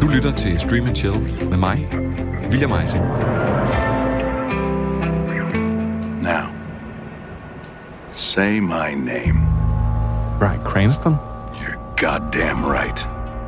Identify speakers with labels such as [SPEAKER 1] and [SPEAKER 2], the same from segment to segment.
[SPEAKER 1] lytter til Stream and Chill med mig, William Eising.
[SPEAKER 2] Now, say my name.
[SPEAKER 1] Bryan Cranston.
[SPEAKER 2] You're goddamn right.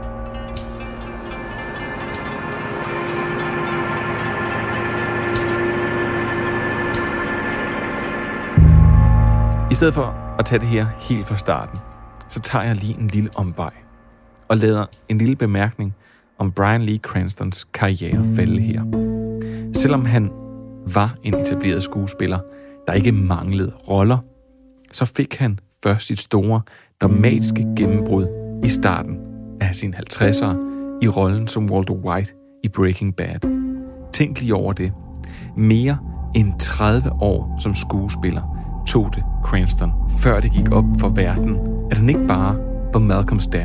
[SPEAKER 1] I stedet for at tage det her helt fra starten, så tager jeg lige en lille omvej og lader en lille bemærkning om Bryan Lee Cranstons karriere falde her. Selvom han var en etableret skuespiller, der ikke manglede roller, så fik han først sit store, dramatiske gennembrud i starten af sine 50'ere i rollen som Walter White i Breaking Bad. Tænk lige over det. Mere end 30 år som skuespiller tog det Cranston, før det gik op for verden, at han ikke bare var Malcolms dad.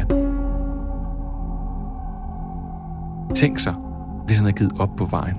[SPEAKER 1] Tænk sig, hvis han havde givet op på vejen.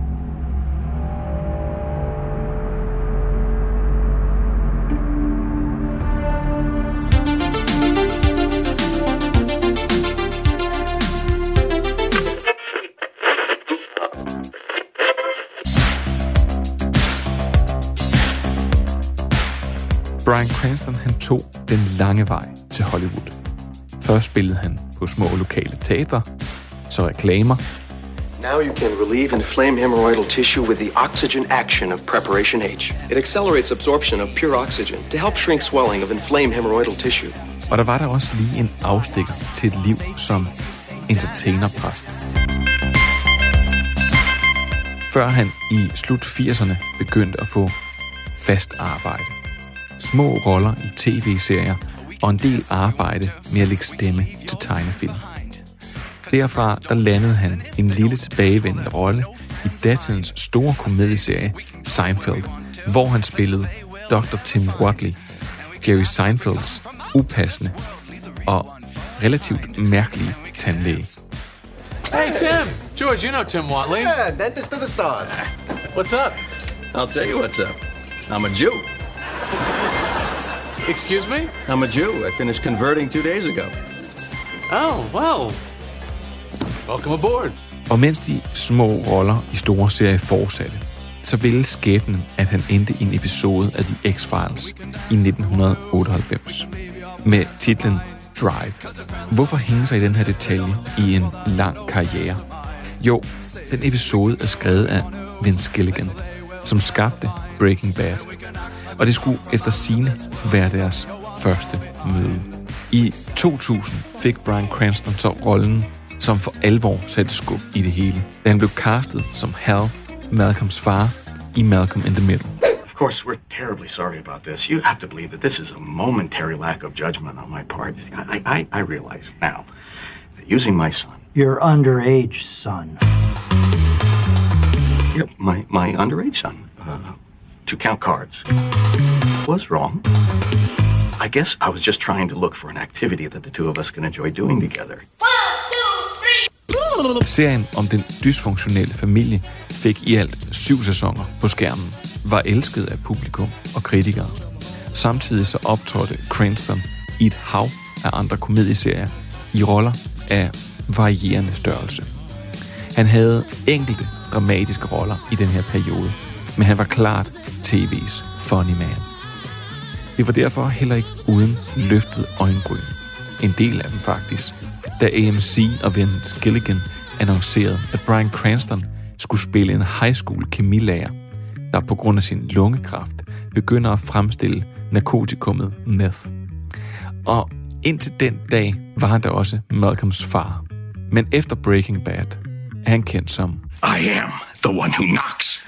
[SPEAKER 1] Bryan Cranston, han tog den lange vej til Hollywood. Først spillede han på små lokale teatre, så reklamer.
[SPEAKER 3] Now you can relieve inflamed hemorrhoidal tissue with the oxygen action of Preparation H. It accelerates absorption of pure oxygen to help shrink swelling of inflamed hemorrhoidal tissue.
[SPEAKER 1] Og der var der også lige en afstikker til et liv som entertainerpræst. Før han i slut 80'erne begyndte at få fast arbejde. Små roller i tv-serier og en del arbejde med at lægge stemme til tegnefilm. Derfra der landede han en lille tilbagevendende rolle i datidens store komedieserie Seinfeld, hvor han spillede Dr. Tim Whatley, Jerry Seinfelds upassende og relativt mærkelige tandlæge.
[SPEAKER 4] Hey, Tim! George, you know Tim Whatley.
[SPEAKER 5] Yeah, dentist of the stars.
[SPEAKER 4] What's up?
[SPEAKER 5] I'll tell you what's up. I'm a Jew.
[SPEAKER 4] Excuse me?
[SPEAKER 5] I'm a Jew. I finished converting 2 days ago.
[SPEAKER 4] Oh, well. Welcome aboard.
[SPEAKER 1] Og mens de små roller i store serier fortsatte, så ville skæbnen, at han endte i en episode af The X-Files i 1998 med titlen Drive. Hvorfor hænge sig i den her detalje i en lang karriere? Jo, den episode er skrevet af Vince Gilligan, som skabte Breaking Bad. Og det skulle efter sigende være deres første møde. I 2000 fik Bryan Cranston så rollen, som for alvor satte skub i det hele, da han blev castet som Hal, Malcolms far, i Malcolm in the Middle.
[SPEAKER 3] Of course, we're terribly sorry about this. You have to believe that this is a momentary lack of judgment on my part. I realize now that using my son...
[SPEAKER 6] Your underage son.
[SPEAKER 3] Yep, my underage son, to count cards, was wrong. I guess I was just trying to look for an activity that the two of us can enjoy doing together.
[SPEAKER 1] Serien om den dysfunktionelle familie fik i alt 7 sæsoner på skærmen, var elsket af publikum og kritikere. Samtidig så optrådte Cranston i et hav af andre komedieserier i roller af varierende størrelse. Han havde enkelte dramatiske roller i den her periode, men han var klart TV's funny man. Det var derfor heller ikke uden løftet øjenbryn. En del af dem faktisk, da AMC og Vince Gilligan annoncerede, at Bryan Cranston skulle spille en high school kemilærer, der på grund af sin lungekræft begynder at fremstille narkotikummet meth. Og indtil den dag var han da også Malcolms far. Men efter Breaking Bad er han kendt som
[SPEAKER 2] I am the one who knocks.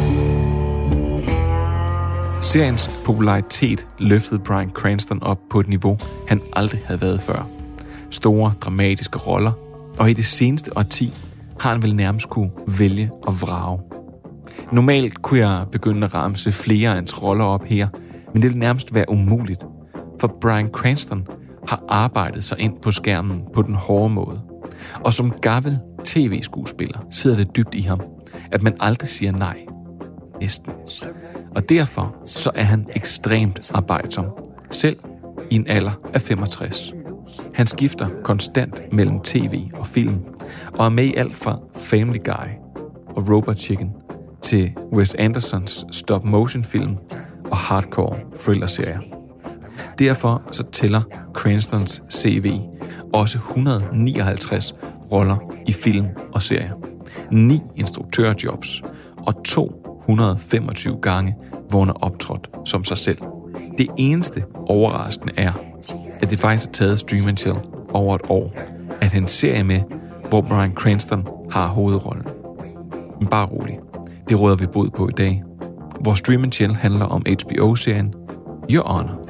[SPEAKER 1] Seriens popularitet løftede Bryan Cranston op på et niveau, han aldrig havde været før. Store, dramatiske roller, og i det seneste årti har han vel nærmest kunne vælge og vrage. Normalt kunne jeg begynde at ramse flere af hans roller op her, men det vil nærmest være umuligt, for Bryan Cranston har arbejdet sig ind på skærmen på den hårde måde. Og som gammel tv-skuespiller sidder det dybt i ham, at man aldrig siger nej. Næsten. Og derfor så er han ekstremt arbejdsom, selv i en alder af 65. Han skifter konstant mellem tv og film, og er med i alt fra Family Guy og Robot Chicken til Wes Andersons stop-motion-film og hardcore thriller-serier. Derfor så tæller Cranstons CV også 159 roller i film og serier, 9 instruktørjobs og 225 gange, hvor han har optrådt som sig selv. Det eneste overraskende er, at det faktisk har taget Stream & Chill over et år at have en serie med, hvor Bryan Cranston har hovedrollen. Men bare rolig. Det råder vi bod på i dag, hvor Stream & Chill handler om HBO-serien Your Honor.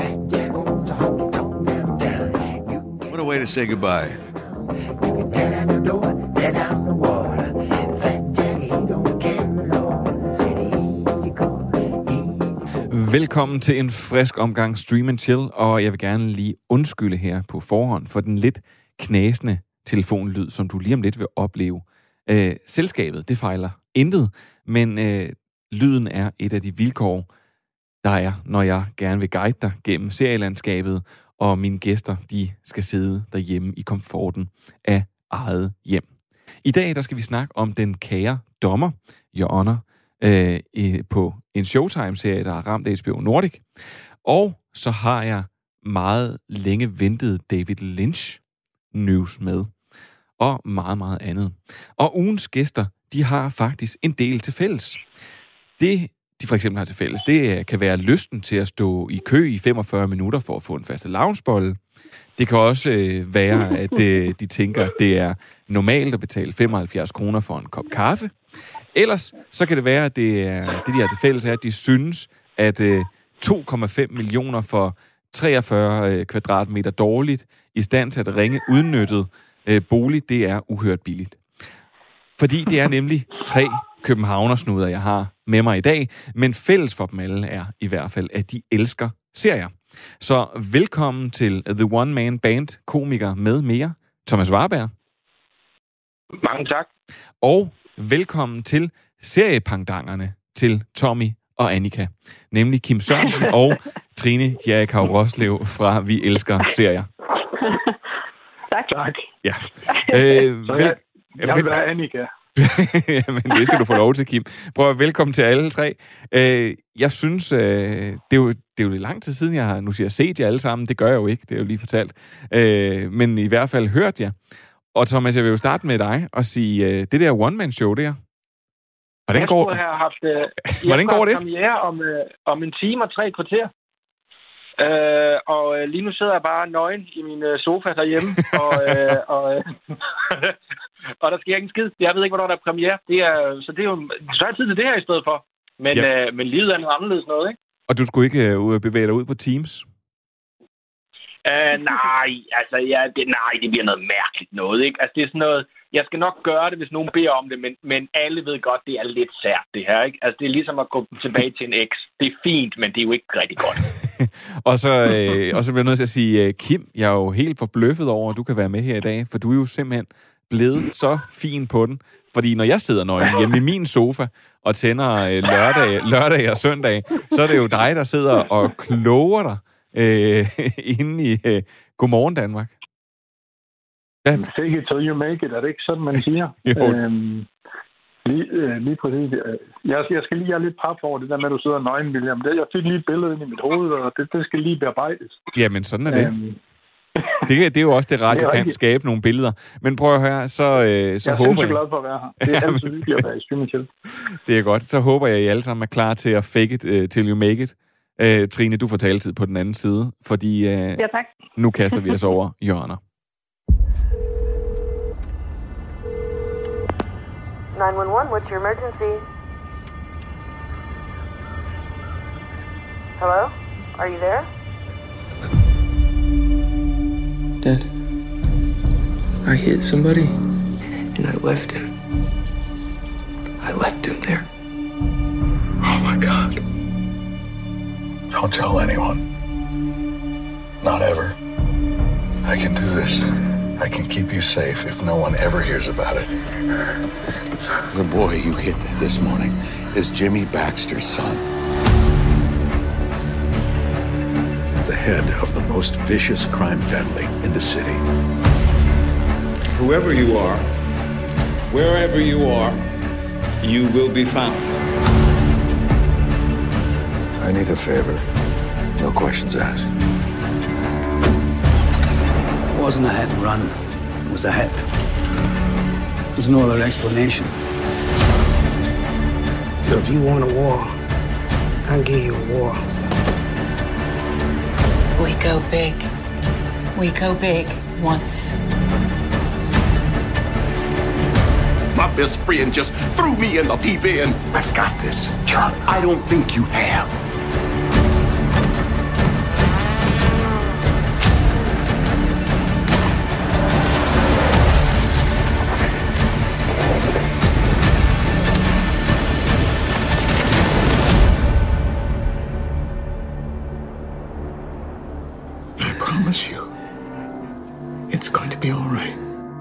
[SPEAKER 2] What a way to say goodbye.
[SPEAKER 1] Velkommen til en frisk omgang Stream & Chill, og jeg vil gerne lige undskylde her på forhånd for den lidt knasende telefonlyd, som du lige om lidt vil opleve. Selskabet, det fejler intet, men lyden er et af de vilkår, der er, når jeg gerne vil guide dig gennem serielandskabet, og mine gæster, de skal sidde derhjemme i komforten af eget hjem. I dag, der skal vi snakke om den kære dommer, Your Honor, på en Showtime-serie, der har ramt HBO Nordic. Og så har jeg meget længe ventet David Lynch news med. Og meget, meget andet. Og ugens gæster, de har faktisk en del til fælles. Det, de for eksempel har til fælles, det kan være lysten til at stå i kø i 45 minutter for at få en fastelavnsbolle. Det kan også være, at de tænker, at det er normalt at betale 75 kroner for en kop kaffe. Ellers så kan det være, at det de har til fælles er, at de synes, at 2,5 millioner for 43 kvadratmeter dårligt i stand til at ringe udnyttet bolig, det er uhørt billigt. Fordi det er nemlig 3 københavnersnuder, jeg har med mig i dag, men fælles for dem alle er i hvert fald, at de elsker serier. Så velkommen til The One Man Band, komiker med mere, Thomas Warberg.
[SPEAKER 7] Mange tak.
[SPEAKER 1] Og velkommen til seriepangdangerne til Tommy og Annika, nemlig Kim Sørensen og Trine Jerikau Roslev fra Vi Elsker Serier.
[SPEAKER 7] Tak.
[SPEAKER 1] Ja.
[SPEAKER 7] Jeg vil være Annika.
[SPEAKER 1] Jamen, det skal du få lov til, Kim. Prøv at velkommen til alle tre. Jeg synes, det er jo lidt lang tid siden, jeg har nu siger set jer alle sammen. Det gør jeg jo ikke, det er jo lige fortalt. Men i hvert fald hørt jer. Og Thomas, jeg vil jo starte med dig og sige, det der one-man-show der, hvordan går det?
[SPEAKER 7] Hvordan går det? Premiere om en time og 3 kvarter. Og lige nu sidder jeg bare nøgen i min sofa derhjemme, og der sker ikke en skid. Jeg ved ikke, hvornår der er premiere. Så er tid til det her i stedet for. Men livet er noget anderledes noget, ikke?
[SPEAKER 1] Og du skulle ikke bevæge dig ud på Teams?
[SPEAKER 7] Nej, det bliver noget mærkeligt noget, ikke? Altså, det er sådan noget, jeg skal nok gøre det, hvis nogen beder om det, men alle ved godt, det er lidt sært, det her, ikke? Altså, det er ligesom at gå tilbage til en eks. Det er fint, men det er jo ikke rigtig godt.
[SPEAKER 1] og så bliver jeg nødt til at sige, Kim, jeg er jo helt forbløffet over, at du kan være med her i dag, for du er jo simpelthen blevet så fin på den. Fordi når jeg sidder nøgen hjemme i min sofa og tænder lørdag og søndag, så er det jo dig, der sidder og kloger dig inde i Godmorgen Danmark.
[SPEAKER 7] Fake it till you make it, er det ikke sådan, man siger? Lige præcis. Jeg er lidt paf over det der med, at du sidder nøgen, William. Jeg fik lige et billede ind i mit hoved, og det skal lige bearbejdes. Jamen, sådan er det.
[SPEAKER 1] Det er jo også det radio kan skabe nogle billeder. Men prøv at høre, så håber jeg... Jeg er
[SPEAKER 7] så glad for at være her. Det er altid hyggeligt at være i Stream & Chill.
[SPEAKER 1] Det er godt. Så håber jeg, at I alle sammen er klar til at fake it till you make it. Trine, du får taletid på den anden side, fordi
[SPEAKER 8] ja, tak.
[SPEAKER 1] Nu kaster vi os over Your Honor.
[SPEAKER 9] 911, what's your emergency? Hello? Are you there?
[SPEAKER 10] Dad, I hit somebody, and I left him. I left him there.
[SPEAKER 2] Oh my God. Don't tell anyone. Not ever. I can do this. I can keep you safe if no one ever hears about it.
[SPEAKER 11] The boy you hit this morning is Jimmy Baxter's son.
[SPEAKER 2] The head of the most vicious crime family in the city.
[SPEAKER 12] Whoever you are,
[SPEAKER 8] Wherever you are, you will be found.
[SPEAKER 2] I need a favor. No questions asked.
[SPEAKER 12] It wasn't a hit and run. It was a hit. There's no other explanation. So if you want a war, I'll give you a war.
[SPEAKER 13] We go big. We go big once.
[SPEAKER 14] My best friend just threw me in the deep end.
[SPEAKER 2] I've got this, Charlie.
[SPEAKER 14] I don't think you have.
[SPEAKER 2] I promise you, it's going to be all right.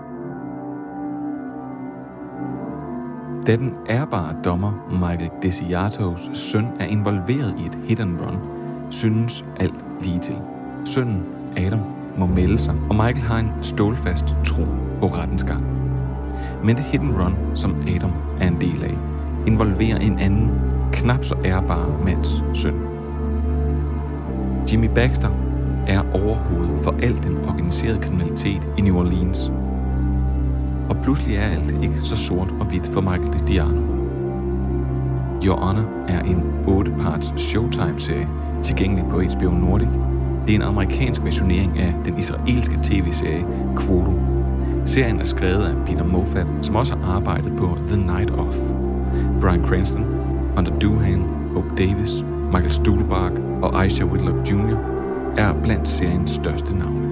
[SPEAKER 1] Da den ærbare dommer Michael Desiatos søn er involveret i et hit and run, synes alt lige til. Sønnen, Adam, må melde sig, og Michael har en stålfast tro på rettens gang. Men det hit and run, som Adam er en del af, involverer en anden, knap så ærbar mands søn. Jimmy Baxter er overhovedet for al den organiserede kriminalitet i New Orleans. Og pludselig er alt ikke så sort og hvidt for Michael DiStiano. Your Honor er en 8-parts Showtime-serie, tilgængelig på HBO Nordic. Det er en amerikansk versionering af den israelske tv-serie Quoto. Serien er skrevet af Peter Moffat, som også har arbejdet på The Night Of. Bryan Cranston, Hunter Doohan, Hope Davis, Michael Stuhlbarg og Aisha Whitlock Jr. er blandt seriens største navne.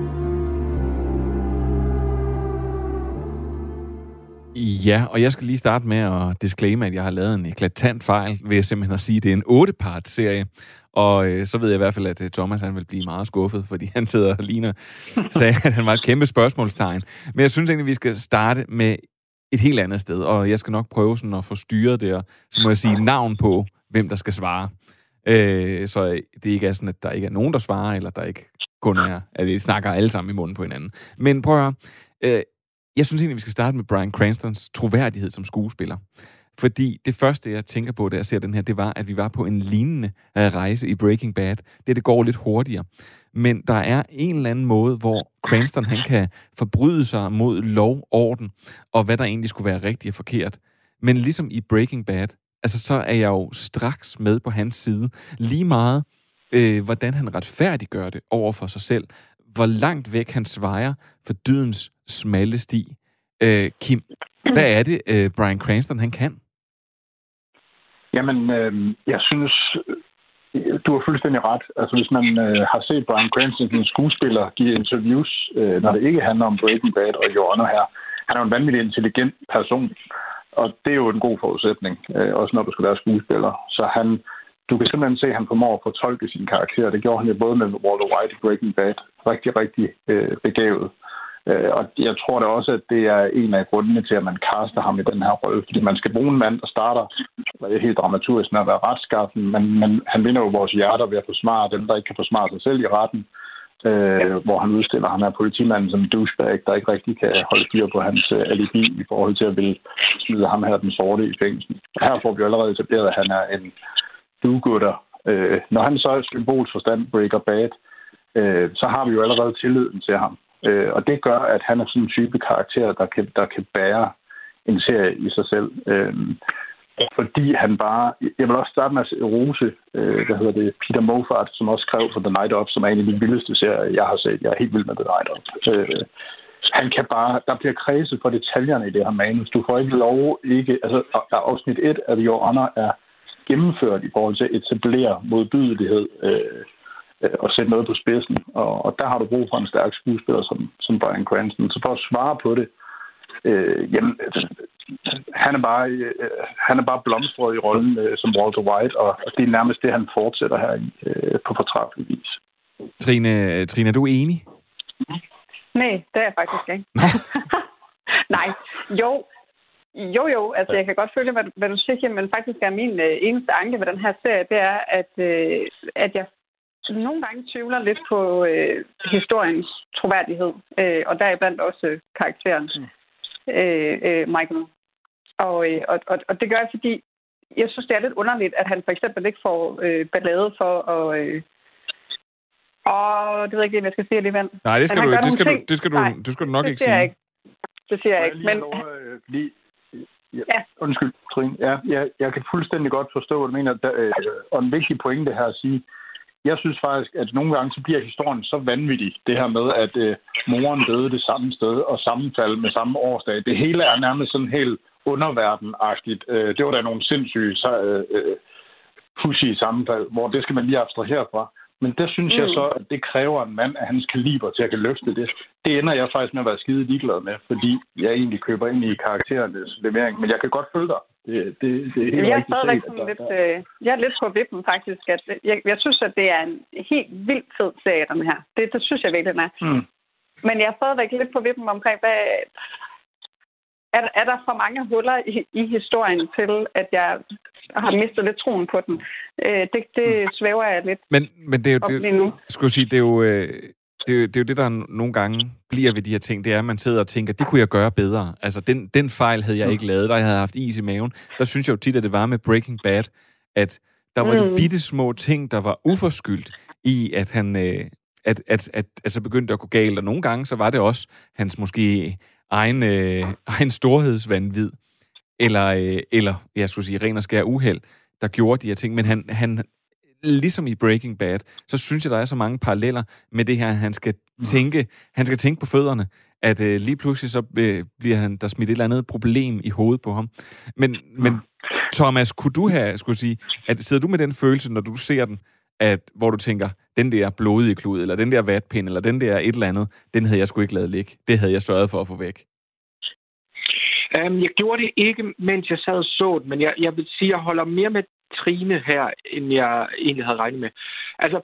[SPEAKER 1] Ja, og jeg skal lige starte med at disclaimer, at jeg har lavet en eklatant fejl ved simpelthen at sige, at det er en 8-parts serie. Og så ved jeg i hvert fald, at Thomas han vil blive meget skuffet, fordi han sidder og ligner, sagde, at han var et kæmpe spørgsmålstegn. Men jeg synes egentlig, vi skal starte med et helt andet sted, og jeg skal nok prøve sådan at få styret det, og så må jeg sige navn på, hvem der skal svare. Så det ikke er sådan, at der ikke er nogen, der svarer, eller der ikke kun er, at vi snakker alle sammen i munden på hinanden. Men prøv at høre, jeg synes egentlig, vi skal starte med Bryan Cranstons troværdighed som skuespiller. Fordi det første, jeg tænker på, da jeg ser den her, det var, at vi var på en lignende rejse i Breaking Bad. Det går lidt hurtigere. Men der er en eller anden måde, hvor Cranston han kan forbryde sig mod lov, orden, og hvad der egentlig skulle være rigtigt og forkert. Men ligesom i Breaking Bad, altså så er jeg jo straks med på hans side. Lige meget, hvordan han retfærdiggør det over for sig selv. Hvor langt væk han svejer for dydens smalle sti. Kim, hvad er det, Bryan Cranston han kan?
[SPEAKER 15] Jamen, jeg synes, du har fuldstændig ret. Altså, hvis man har set Bryan Cranston som skuespiller give interviews, når det ikke handler om Breaking Bad og Your Honor her, han er jo en vanvittig intelligent person, og det er jo en god forudsætning, også når du skal være skuespiller. Så du kan simpelthen se, at han formår at fortolke sine karakterer. Det gjorde han jo både med Walter White i Breaking Bad. Rigtig, rigtig begavet. Og jeg tror da også, at det er en af grundene til, at man kaster ham i den her rolle. Fordi man skal bruge en mand, der starter helt dramaturgisk med at være retskaffen, men han vinder jo vores hjerter ved at forsvare dem, der ikke kan forsvare sig selv i retten. Hvor han udstiller ham her politimanden som douchebag, der ikke rigtig kan holde styr på hans alibi i forhold til at ville smide ham her den sorte i fængsel. Her får vi allerede etableret, at han er en do-gooder. Når han så i symbolsk forstand breaker bad, så har vi jo allerede tilliden til ham. Og det gør, at han er sådan en type karakter, der kan bære en serie i sig selv. Fordi han bare... Jeg vil også starte med at rose, Peter Moffat, som også skrev for The Night Of, som er en af de vildeste serier, jeg har set. Jeg er helt vild med The Night Of. Han kan bare... Der bliver kredset for detaljerne i det her manus. Du får ikke lov ikke... Altså, afsnit 1 af Your Honor er gennemført i forhold til at etablere modbydelighed og sætte noget på spidsen. Og der har du brug for en stærk skuespiller som Bryan Cranston. Så for at svare på det, han er bare blomstret i rollen som Walter White, og det er nærmest det, han fortsætter her på fortræffelig vis.
[SPEAKER 1] Trine, er du enig?
[SPEAKER 16] Nej, det er jeg faktisk ikke. Nej, jo. Altså, jeg kan godt følge, hvad du siger, men faktisk er min eneste anke ved den her serie, det er, at jeg nogle gange tvivler lidt på historiens troværdighed, og deriblandt også karakteren Michael Og det gør jeg, fordi jeg synes, det er lidt underligt, at han for eksempel ikke får ballade for at... det ved jeg ikke, hvad jeg skal sige alligevel.
[SPEAKER 1] Nej, det skal du nok ikke sige.
[SPEAKER 16] Det siger jeg ikke. Men...
[SPEAKER 15] Undskyld, Trine. Jeg kan fuldstændig godt forstå, hvad du mener. Og en vigtig pointe her at sige, jeg synes faktisk, at nogle gange så bliver historien så vanvittig. Det her med, at moren døde det samme sted og sammenfald med samme årsdag. Det hele er nærmest sådan helt underverden-agtigt. Det var da nogle sindssyge pudsige sammenfald, hvor det skal man lige abstrahere fra. Men der synes jeg så, at det kræver en mand af hans kaliber til at kan løfte det. Det ender jeg faktisk med at være skide ligeglad med, fordi jeg egentlig køber ind i karakterernes levering. Men jeg kan godt følge dig. Det er helt
[SPEAKER 16] jeg er rigtigt set. Jeg er lidt på vippen faktisk. At jeg synes, at det er en helt vildt fed serie, den her. Det synes jeg virkelig, den er. Men jeg er stadigvæk lidt på vippen omkring, hvad... Er der for mange huller i historien til, at jeg har mistet lidt troen på den? Det svæver jeg lidt.
[SPEAKER 1] Men det er jo det, skulle jeg sige, det er jo det, der nogle gange bliver ved de her ting, det er, at man sidder og tænker, det kunne jeg gøre bedre. Altså, den fejl havde jeg ikke lavet, der jeg havde haft is i maven. Der synes jeg jo tit, at det var med Breaking Bad, at der var de bitte små ting, der var uforskyldt i, at han at så begyndte at gå galt. Og nogle gange, så var det også hans måske egen storhedsvanvid, eller jeg skulle sige, ren og skær uheld, der gjorde de her ting. Men han ligesom i Breaking Bad, så synes jeg, der er så mange paralleller med det her, han skal tænke på fødderne, at lige pludselig så bliver der smidt et eller andet problem i hovedet på ham. Men Thomas, kunne du have, skulle sige, at sidder du med den følelse, når du ser den, hvor du tænker, den der blodige klud, eller den der vatpind, eller den der et eller andet, den havde jeg sgu ikke lavet ligge. Det havde jeg sørget for at få væk.
[SPEAKER 17] Jeg gjorde det ikke, mens jeg sad og så den, men jeg vil sige, at jeg holder mere med Trine her, end jeg egentlig havde regnet med. Altså,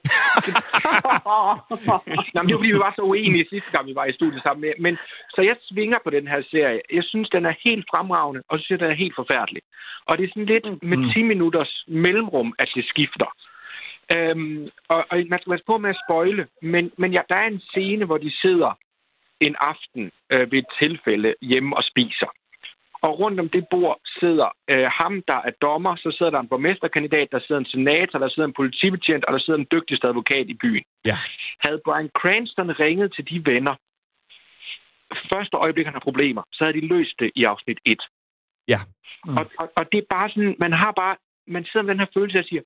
[SPEAKER 17] det var fordi, vi var så uenige sidste gang, vi var i studiet sammen. Men så jeg svinger på den her serie. Jeg synes, den er helt fremragende, og så synes jeg, den er helt forfærdelig. Og det er sådan lidt med 10 minutters mellemrum, at det skifter. Og man skal passe på med at spoile, men der er en scene, hvor de sidder en aften ved et tilfælde hjemme og spiser. Og rundt om det bord sidder ham, der er dommer, så sidder der en borgmesterkandidat, der sidder en senator, der sidder en politibetjent, og der sidder en dygtigste advokat i byen. Ja. Havde Bryan Cranston ringet til de venner, første øjeblik han har problemer, så havde de løst det i afsnit 1.
[SPEAKER 1] Ja.
[SPEAKER 17] Og det er bare sådan, man sidder med den her følelse og siger,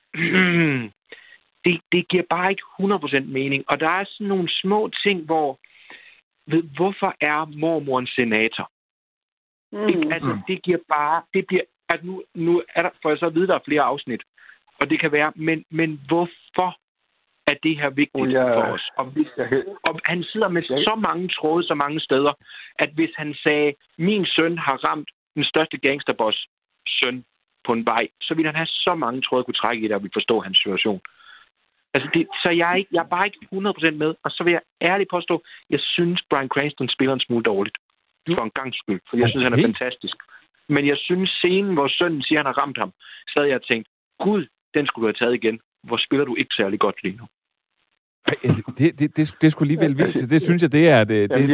[SPEAKER 17] det giver bare ikke 100% mening. Og der er sådan nogle små ting, hvorfor er mormoren senator? Det giver bare... Det bliver, altså nu er der, for jeg så at vide, der er flere afsnit, og det kan være, men hvorfor er det her vigtigt for os? Og han sidder med så mange tråde, så mange steder, at hvis han sagde, min søn har ramt den største gangsterboss søn på en vej, så ville han have så mange tråde, kunne trække i det, og ville forstå hans situation. Altså så jeg er bare ikke 100% med, og så vil jeg ærligt påstå, jeg synes, Bryan Cranston spiller en smule dårligt. For en gangs skyld, for jeg synes, han er fantastisk. Men jeg synes, scenen, hvor sønnen siger, han har ramt ham, så havde jeg tænkt, Gud, den skulle du have taget igen. Hvor spiller du ikke særlig godt lige nu?
[SPEAKER 1] Det skulle alligevel vildt. Det synes jeg, det er det.
[SPEAKER 15] Jamen,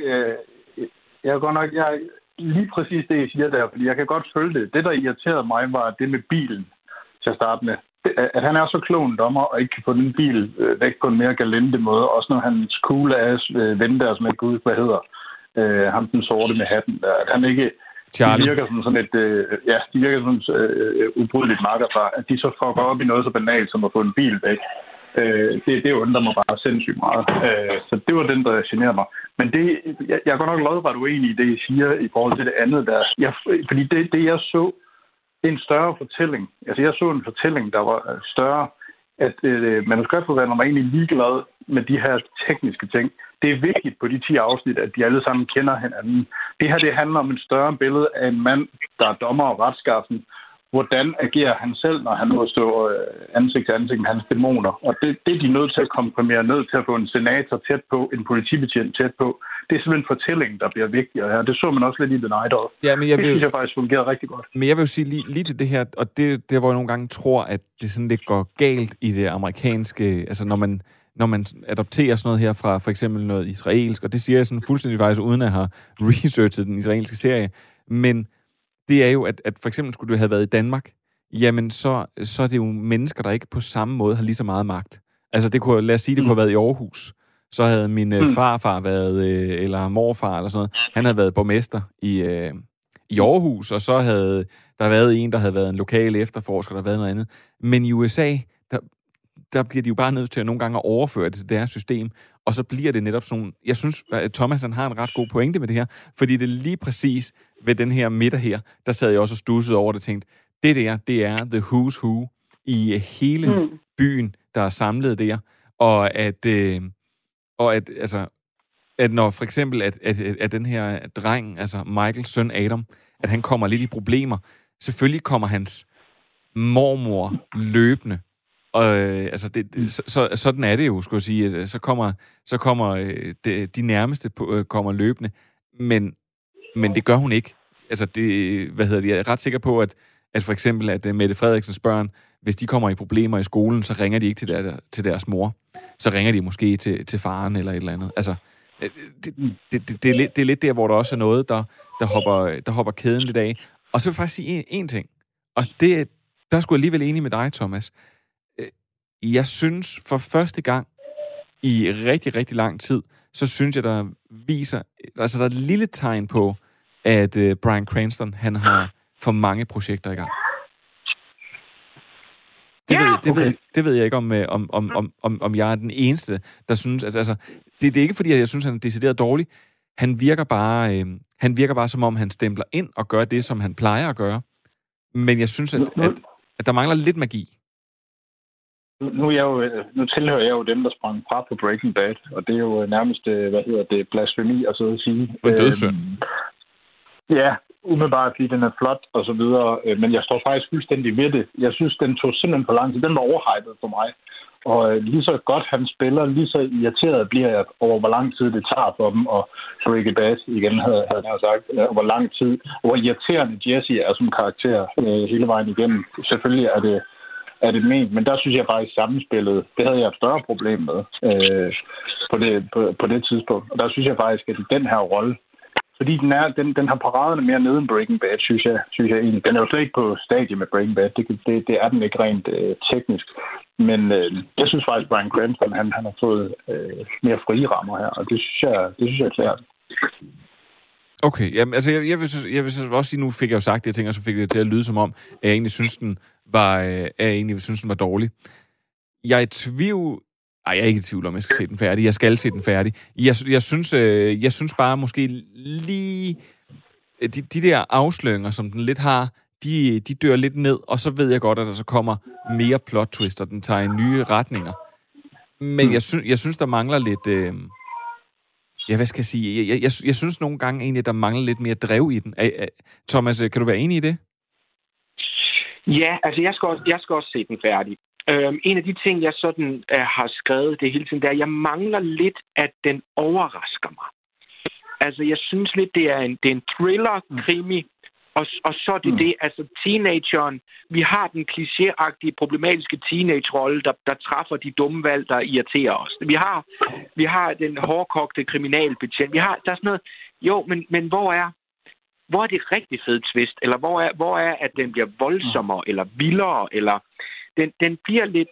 [SPEAKER 15] jeg er lige præcis det, jeg siger der, fordi jeg kan godt følge det. Det, der irriterede mig, var det med bilen til at starte med. At han er så klog en dommer, og ikke kan få den bil væk på en mere galente måde. Også når hans cool ass ven der, som jeg ikke ud, hvad hedder, ham den sorte med hatten der. At han ikke... Charlie. De virker som sådan et... de virker som ubrydeligt markerfar. At de så fucker op i noget så banalt, som at få en bil væk. Det undrer mig bare sindssygt meget. Så det var den, der generede mig. Men jeg er godt nok lodret uenig i det, I siger i forhold til det andet der. Fordi det jeg så, en større fortælling. Altså jeg så en fortælling, der var større, at manuskriptforfatteren var egentlig ligeglad med de her tekniske ting. Det er vigtigt på de 10 afsnit, at de alle sammen kender hinanden. Det her, det handler om et større billede af en mand, der er dommer og retskaffen. Hvordan agerer han selv, når han må stå ansigt til ansigt med hans dæmoner? Og det er de nødt til at komprimere ned til at få en senator tæt på, en politibetjent tæt på. Det er simpelthen en fortælling, der bliver vigtigere her. Det så man også lidt i The Night Of. Ja, men det synes jeg faktisk fungerer rigtig godt.
[SPEAKER 1] Men jeg vil jo sige lige til det her, og det hvor jeg nogle gange tror, at det sådan lidt går galt i det amerikanske, altså når man adopterer sådan noget her fra for eksempel noget israelsk, og det siger jeg sådan fuldstændig faktisk uden at have researchet den israelske serie, men det er jo, at for eksempel skulle du have været i Danmark, jamen så er det jo mennesker, der ikke på samme måde har lige så meget magt. Altså det kunne, lad os sige, det kunne have været i Aarhus. Så havde min farfar været, eller morfar eller sådan noget, han havde været borgmester i Aarhus, og så havde der været en, der havde været en lokal efterforsker, der havde været noget andet. Men i USA, der bliver de jo bare nødt til at nogle gange at overføre det til deres system, og så bliver det netop sådan. Jeg synes, at Thomas han har en ret god pointe med det her, fordi det er lige præcis ved den her middag her, der sad jeg også og stussede over det og tænkte, det er the who's who i hele byen, der er samlet der, og at når for eksempel, at den her dreng, altså Michaels søn Adam, at han kommer lidt i problemer, selvfølgelig kommer hans mormor løbende, og sådan er det jo, skulle jeg sige. Så kommer de nærmeste kommer løbende, men det gør hun ikke. Altså jeg er ret sikker på, at for eksempel, at Mette Frederiksens børn, hvis de kommer i problemer i skolen, så ringer de ikke til deres mor. Så ringer de måske til faren eller et eller andet. Altså, det er lidt der, hvor der også er noget, der hopper kæden lidt af. Og så vil jeg faktisk sige en ting. Og der skulle jeg alligevel enig med dig, Thomas. Jeg synes for første gang i rigtig, rigtig lang tid, så synes jeg, der er et lille tegn på, at Bryan Cranston, han har for mange projekter i gang. Det ved jeg ikke, om jeg er den eneste, der synes, at altså, det er ikke fordi, at jeg synes, han er decideret dårlig. Han virker bare, som om han stempler ind og gør det, som han plejer at gøre. Men jeg synes, at der mangler lidt magi.
[SPEAKER 15] Nu tilhører jeg jo dem, der sprang fra på Breaking Bad, og det er jo nærmest, blasfemi at sidde og sige.
[SPEAKER 1] En dødssynd.
[SPEAKER 15] Ja, umiddelbart, fordi den er flot og så videre, men jeg står faktisk fuldstændig ved det. Jeg synes, den tog simpelthen for lang tid. Den var overhypet for mig. Og lige så godt han spiller, lige så irriteret bliver jeg over, hvor lang tid det tager for dem at break bad igen, havde jeg sagt. Hvor lang tid, hvor irriterende Jesse er som karakter hele vejen igennem. Selvfølgelig er det ment, men der synes jeg faktisk sammenspillet, det havde jeg et større problem med på det tidspunkt. Og der synes jeg faktisk, at i den her rolle, fordi den har paraderne mere nede end Breaking Bad, synes jeg egentlig. Den er jo slet ikke på stadie med Breaking Bad. Det er den ikke rent teknisk. Men jeg synes faktisk, Bryan Cranston, han har fået mere frie rammer her, og det synes jeg er klart.
[SPEAKER 1] Okay, jamen, altså jeg vil også sige, nu fik jeg jo sagt det, jeg tænker, så fik det til at lyde som om, at jeg egentlig synes, den var dårlig. Jeg er ikke i tvivl om, jeg skal se den færdig. Jeg skal se den færdig. Jeg synes bare måske lige de der afsløringer, som den lidt har, de dør lidt ned, og så ved jeg godt, at der så kommer mere plot twist, og den tager i nye retninger. Men jeg synes, der mangler lidt. Hvad skal jeg sige? Jeg synes nogle gange egentlig, at der mangler lidt mere drev i den. Thomas, kan du være enig i det?
[SPEAKER 17] Ja, altså jeg skal også se den færdig. En af de ting, jeg sådan har skrevet det hele tiden, det er, at jeg mangler lidt, at den overrasker mig. Altså, jeg synes lidt, det er en thriller-krimi, og så er det altså teenageren. Vi har den klichéagtige, problematiske teenage-rolle, der træffer de dumme valg, der irriterer os. Vi har den hårdkogte kriminalbetjent. Der er sådan noget, jo, men hvor er det rigtig fed twist? Eller hvor er, at den bliver voldsommere, eller vildere, eller den bliver lidt...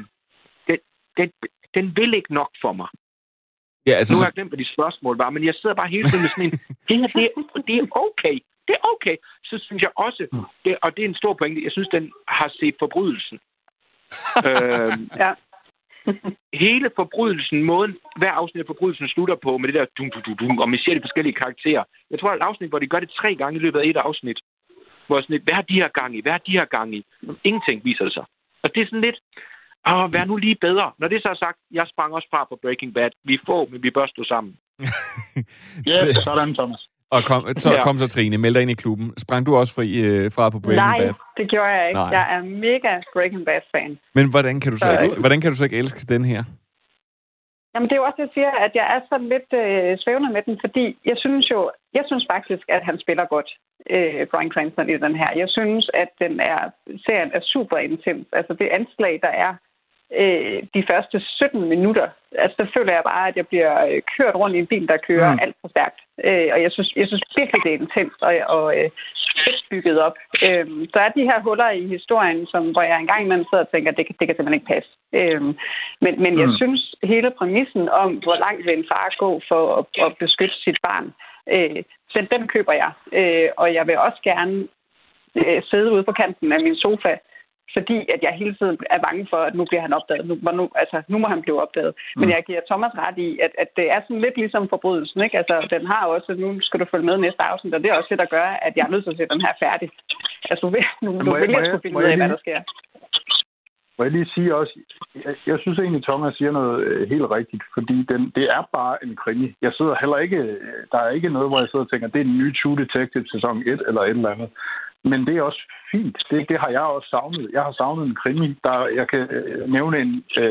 [SPEAKER 17] Den vil ikke nok for mig.
[SPEAKER 1] Ja, altså,
[SPEAKER 17] nu har jeg glemt, hvad de spørgsmål var, men jeg sidder bare hele tiden med sådan en... det er okay. Det er okay. Så synes jeg også, og det er en stor pointe, jeg synes, den har set Forbrydelsen.
[SPEAKER 16] Ja.
[SPEAKER 17] Hele Forbrydelsen, måden, hver afsnit af Forbrydelsen slutter på med det der dum, og man ser de forskellige karakterer. Jeg tror, at et afsnit, hvor de gør det 3 gange i løbet af et afsnit, hvor sådan lidt, hvad har de her gang i? Ingenting viser det sig. Og det er sådan lidt, vær nu lige bedre. Når det så er sagt, jeg sprang også fra på Breaking Bad. Vi er få, men vi bør stå sammen.
[SPEAKER 15] Ja, sådan, Thomas.
[SPEAKER 1] Og kom så, Trine, meld dig ind i klubben. Sprang du også fra på Breaking Bad?
[SPEAKER 16] Nej, det gjorde jeg ikke. Nej. Jeg er mega Breaking Bad-fan.
[SPEAKER 1] Men hvordan kan du så ikke elske den her?
[SPEAKER 16] Jamen, det er jo også det, jeg siger, at jeg er sådan lidt svævende med den, fordi jeg synes faktisk, at han spiller godt, Bryan Cranston, i den her. Jeg synes, at serien er super intens. Altså, det anslag, der er de første 17 minutter, altså, der føler jeg bare, at jeg bliver kørt rundt i en bil, der kører alt for stærkt. Og jeg synes virkelig, det er intens. Og fedt bygget op. Så er de her huller i historien, hvor jeg engang imellem sidder og tænker, det kan simpelthen ikke passe. Men jeg synes, hele præmissen om, hvor langt vil en far gå for at beskytte sit barn, den køber jeg. Og jeg vil også gerne sidde ude på kanten af min sofa, fordi at jeg hele tiden er bange for, at nu bliver han opdaget. Nu må han blive opdaget. Men jeg giver Thomas ret i, at det er sådan lidt ligesom forbrydelsen, ikke? Altså, den har også, nu skal du følge med næste afsnit, og det er også det, der gør, at jeg er nødt til at se den her færdig. Altså, nu vil jeg sgu finde ud af, hvad der sker.
[SPEAKER 15] Må jeg lige sige også, jeg synes egentlig, Thomas siger noget helt rigtigt, fordi det er bare en krimi. Jeg sidder heller ikke, der er ikke noget, hvor jeg sidder og tænker, det er en ny True Detective sæson 1 eller et eller andet. Men det er også fint. Det har jeg også savnet. Jeg har savnet en krimi. Jeg kan nævne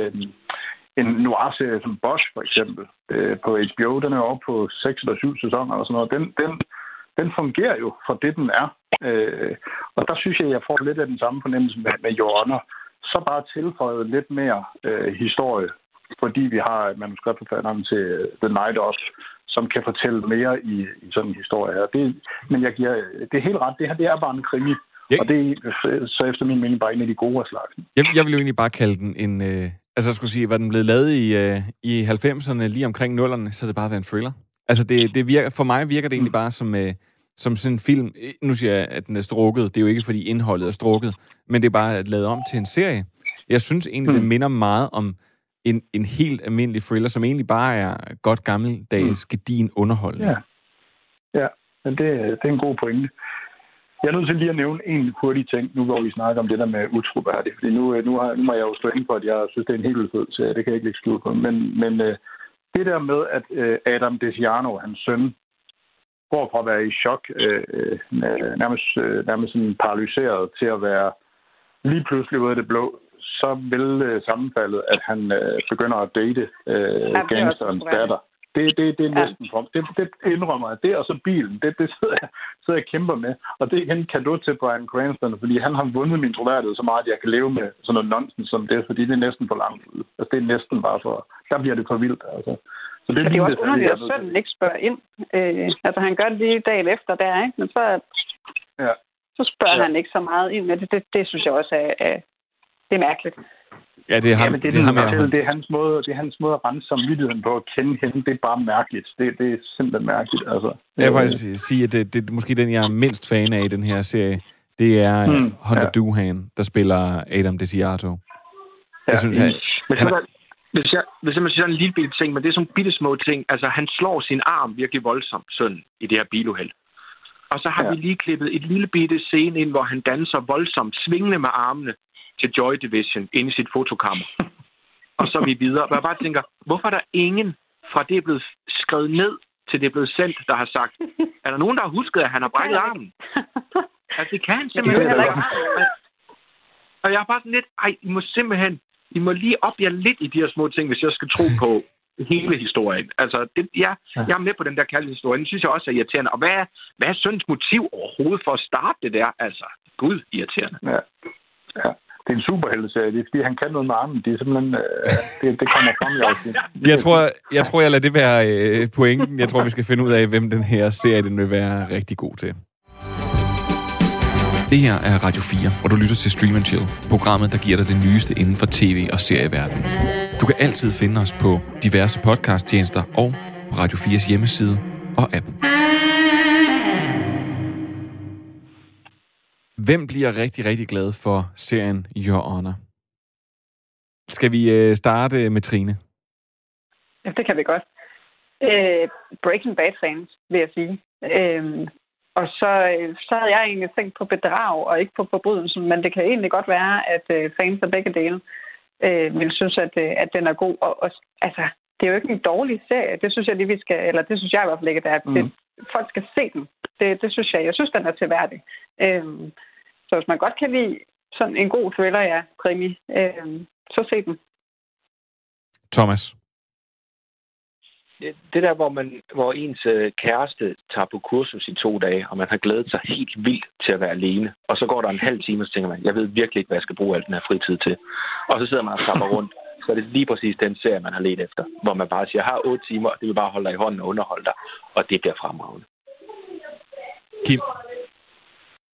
[SPEAKER 15] en noir-serie som Bosch, for eksempel, på HBO. Den er oppe på 6 eller 7 sæsoner og sådan noget. Den fungerer jo for det, den er. Og der synes jeg får lidt af den samme fornemmelse med Your Honor. Så bare tilføjet lidt mere historie, fordi vi har manuskriptforfatteren til The Night Of, som kan fortælle mere i sådan en historie her. Men det er helt ret. Det her, det er bare en krimi. Ja. Og det er så efter min mening bare en af de gode af slagsen.
[SPEAKER 1] Jeg vil jo egentlig bare kalde den en... jeg skulle sige, var den blevet lavet i 90'erne, lige omkring 0'erne, så det bare været en thriller. Altså, det virker, for mig virker det egentlig bare som sådan en film. Nu siger jeg, at den er strukket. Det er jo ikke, fordi indholdet er strukket, men det er bare lavet om til en serie. Jeg synes egentlig, den minder meget om en helt almindelig thriller, som egentlig bare er godt gammeldags, gedigen underholdning.
[SPEAKER 15] Ja, men det er en god pointe. Jeg er nødt til lige at nævne en hurtig ting, nu hvor vi snakker om det der med utroværdigt, fordi nu må jeg jo stå ind på, at jeg synes, det er en helt vildt fed serie, det kan jeg ikke lægge skjul på. Men det der med, at Adam Desiano, hans søn, går fra at være i chok, nærmest sådan paralyseret til at være lige pludselig ude af det blå, så vil sammenfaldet, at han begynder at date gangsterens datter. Det er næsten for. Det indrømmer jeg. Det og så bilen, det sidder jeg kæmper med. Og det er en cadeau til Bryan Cranston, fordi han har vundet min troværdighed så meget, at jeg kan leve med sådan noget nonsens som det, fordi det er næsten for langt ud. Altså, det er næsten bare for... Der bliver det for vildt, altså. Så det er
[SPEAKER 16] også underligt, at sønnen ikke spørger ind. Altså, han gør det lige dagen efter der, ikke? Men så spørger han ikke så meget ind med det. Det synes jeg også det er mærkeligt.
[SPEAKER 1] Ja, det er ham.
[SPEAKER 15] Det er hans måde at rense samvittigheden på at kende hende. Det er bare mærkeligt. Det er simpelthen mærkeligt. Altså.
[SPEAKER 1] Jeg vil faktisk sige, at det er måske den, jeg er mindst fan af i den her serie. Det er Hunter Doohan, der spiller Adam Desiato. Jeg synes,
[SPEAKER 17] hvis jeg siger en lille bitte ting, men det er sådan bitte små ting. Altså, han slår sin arm virkelig voldsomt, sådan, i det her biluheld. Og så har vi lige klippet et lille bitte scene ind, hvor han danser voldsomt, svingende med armene til Joy Division inde i sit fotokammer. Og så er vi videre. Og jeg bare tænker, hvorfor er der ingen fra det er blevet skrevet ned, til det er blevet sendt, der har sagt, er der nogen, der har husket, at han har brækket armen? Altså, det kan han simpelthen ikke. Og jeg er bare sådan lidt, I må lige op jer lidt i de her små ting, hvis jeg skal tro på hele historien. Altså, jeg er med på den der kærlighedshistorie. Den synes jeg også er irriterende. Og hvad er søns motiv overhovedet for at starte det der? Altså, gud, irriterende.
[SPEAKER 15] Ja. Det er en superhelteserie. Det er, fordi han kan noget med armen. Det er simpelthen... det kommer frem i afsnit.
[SPEAKER 1] Jeg tror, jeg lader det være pointen. Jeg tror, vi skal finde ud af, hvem den her serie den vil være rigtig god til. Det her er Radio 4, hvor du lytter til Stream & Chill, programmet, der giver dig det nyeste inden for tv- og serieverdenen. Du kan altid finde os på diverse podcasttjenester og på Radio 4's hjemmeside og app. Hvem bliver rigtig, rigtig glad for serien Your Honor? Skal vi starte med Trine?
[SPEAKER 16] Ja, det kan vi godt. Breaking Bad-fans, vil jeg sige. Og så havde jeg egentlig tænkt på bedrag og ikke på forbrydelsen, men det kan egentlig godt være, at fans af begge dele vil synes, at den er god. Og altså, det er jo ikke en dårlig serie. Det synes jeg lige, vi skal, eller det synes jeg i hvert fald ikke, at folk skal se den. Det synes jeg. Jeg synes, den er tilværdig. Så hvis man godt kan lide sådan en god thriller, krimi, så se den.
[SPEAKER 1] Thomas?
[SPEAKER 17] Det der, hvor ens kæreste tager på kursus i 2 dage, og man har glædet sig helt vildt til at være alene, og så går der en halv time, og så tænker man, jeg ved virkelig ikke, hvad jeg skal bruge al den her fritid til. Og så sidder man og slapper rundt. Så er det lige præcis den serie, man har let efter, hvor man bare siger, jeg har 8 timer, og det vil bare holde dig i hånden og underholde dig, og det bliver fremragende.
[SPEAKER 1] Kim?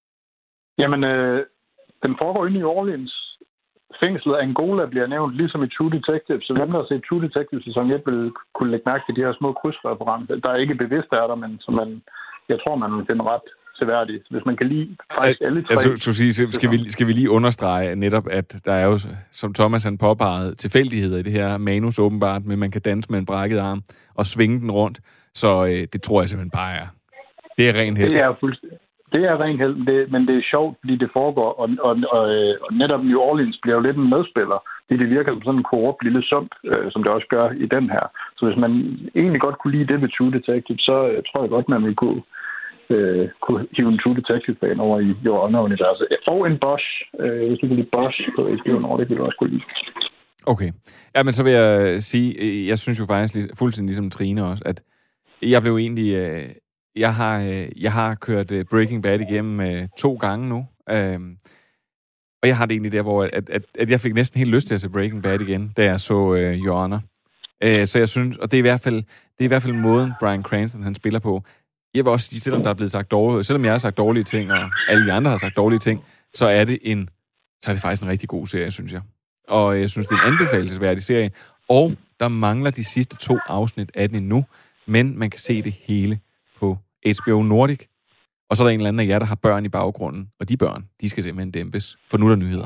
[SPEAKER 15] Jamen, den foregår i New Orleans. Fængslet Angola bliver nævnt, ligesom i True Detective. Så hvem der har set True Detective sæson 1 vil kunne lægge mærke til de her små krydsreferencer. Der er ikke bevidst af der, men som jeg tror, man vil finde ret seværdigt. Hvis man kan lide faktisk alle tre...
[SPEAKER 1] Skal vi lige understrege netop, at der er jo, som Thomas han påpegede, tilfældigheder i det her manus åbenbart, men man kan danse med en brækket arm og svinge den rundt. Så det tror jeg simpelthen bare er. Det er ren held.
[SPEAKER 15] Det er ren held, men det er sjovt, fordi det foregår, og netop New Orleans bliver jo lidt en medspiller, fordi det virker som sådan en korrupt lille sump, som det også gør i den her. Så hvis man egentlig godt kunne lide det ved True Detective, så tror jeg godt, man ville kunne hive en True Detective-fan over i Your Honor-universet. Og en Bosch, hvis du kan lide Bosch på HBO Nordic, ville du også kunne lide.
[SPEAKER 1] Okay. Ja, men så vil jeg sige, jeg synes jo faktisk fuldstændig ligesom Trine også, at jeg blev egentlig... Jeg har kørt Breaking Bad igennem 2 gange nu, og jeg har det egentlig der, hvor at jeg fik næsten helt lyst til at se Breaking Bad igen, da jeg så Your Honor. Så jeg synes, og det er i hvert fald måden, Bryan Cranston han spiller på. Jeg vil også sige, selvom der er blevet sagt dårligt, selvom jeg har sagt dårlige ting, og alle de andre har sagt dårlige ting, så er det faktisk en rigtig god serie, synes jeg. Og jeg synes, det er en anbefalelsesværdig serie, og der mangler de sidste 2 afsnit af den endnu, men man kan se det hele på HBO Nordic. Og så er der en eller anden af jer, der har børn i baggrunden. Og de børn, de skal simpelthen dæmpes. For nu er der nyheder.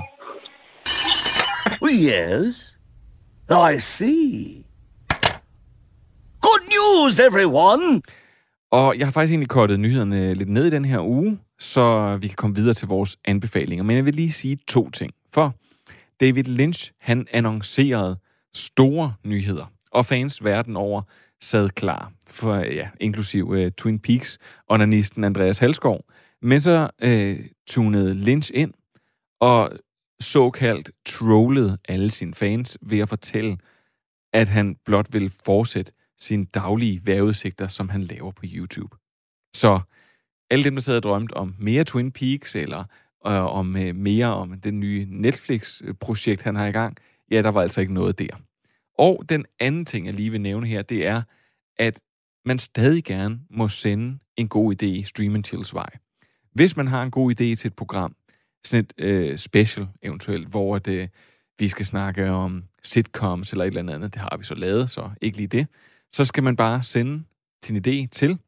[SPEAKER 18] Yes, I see. Good news, everyone!
[SPEAKER 1] Og jeg har faktisk egentlig kortet nyhederne lidt ned i den her uge, så vi kan komme videre til vores anbefalinger. Men jeg vil lige sige 2 ting. For David Lynch, han annoncerede store nyheder. Og fans verden over sad klar, for inklusiv Twin Peaks onanisten Andreas Halskov. Men så tunede Lynch ind og såkaldt trollede alle sine fans ved at fortælle, at han blot vil fortsætte sine daglige vejrudsigter, som han laver på YouTube. Så alle dem, der sad og drømte om mere Twin Peaks, eller om mere om den nye Netflix-projekt, han har i gang, ja, der var altså ikke noget der. Og den anden ting, jeg lige vil nævne her, det er, at man stadig gerne må sende en god idé i Stream & Chills vej. Hvis man har en god idé til et program, sådan et special eventuelt, hvor vi skal snakke om sitcoms eller et eller andet, det har vi så lavet, så ikke lige det, så skal man bare sende sin idé til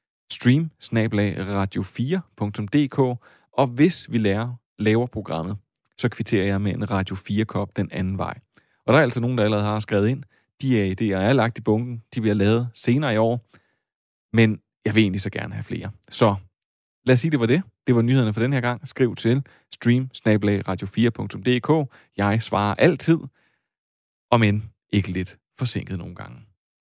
[SPEAKER 1] stream@radio4.dk, og hvis vi laver programmet, så kvitterer jeg med en Radio 4-kop den anden vej. Og der er altså nogen, der allerede har skrevet ind. De idéer er lagt i bunken. De bliver lavet senere i år. Men jeg vil egentlig så gerne have flere. Så lad os sige, det var det. Det var nyhederne for den her gang. Skriv til stream@radio4.dk. Jeg svarer altid, om end ikke lidt forsinket nogle gange.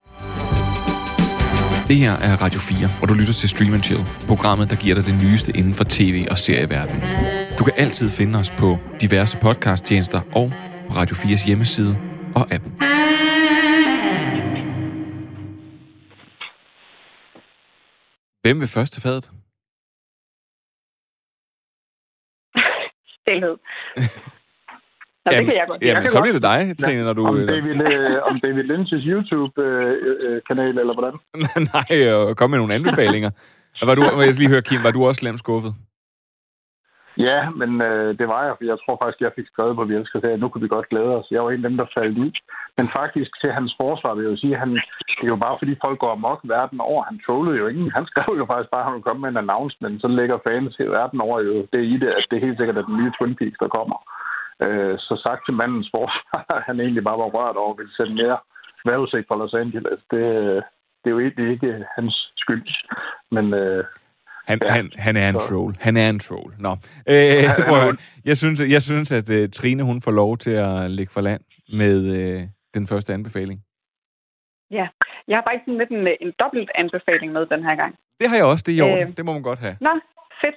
[SPEAKER 1] Det her er Radio 4, og du lytter til Stream & Chill, programmet, der giver dig det nyeste inden for tv- og serieverdenen. Du kan altid finde os på diverse podcasttjenester og på Radio 4's hjemmeside og app. Hvem vil først til fadet?
[SPEAKER 16] Stilhed. Nå, det kan jeg godt.
[SPEAKER 1] Jamen, så bliver det dig, Trine, når du...
[SPEAKER 15] Om David Lynch's YouTube-kanal, eller hvordan?
[SPEAKER 1] Nej, kom med nogle anbefalinger. Må jeg lige høre, Kim, var du også slemt skuffet?
[SPEAKER 15] Ja, men det var jeg, for jeg tror faktisk, jeg fik skrevet på, at vi elsker det, at nu kunne vi godt glæde os. Jeg var en af dem, der faldt ud. Men faktisk til hans forsvar vil jeg jo sige, at det er jo bare fordi folk går amok verden over. Han trollede jo ingen. Han skrev jo faktisk bare, at han ville komme med en announcement. Så lægger fans i verden over jo det i det, at det er helt sikkert, at den nye Twin Peaks, der kommer. Så sagt til mandens forsvar, han egentlig bare var rørt over, at ville sende mere vejrudsigt fra Los Angeles. Det er jo egentlig ikke hans skyld. Men...
[SPEAKER 1] Han er en troll. Han er en troll. Nå. Jeg synes, at Trine, hun får lov til at lægge for land med den første anbefaling.
[SPEAKER 16] Ja, jeg har faktisk lidt en dobbelt anbefaling med den her gang.
[SPEAKER 1] Det har jeg også, det er i orden. Det må man godt have.
[SPEAKER 16] Nå, fedt.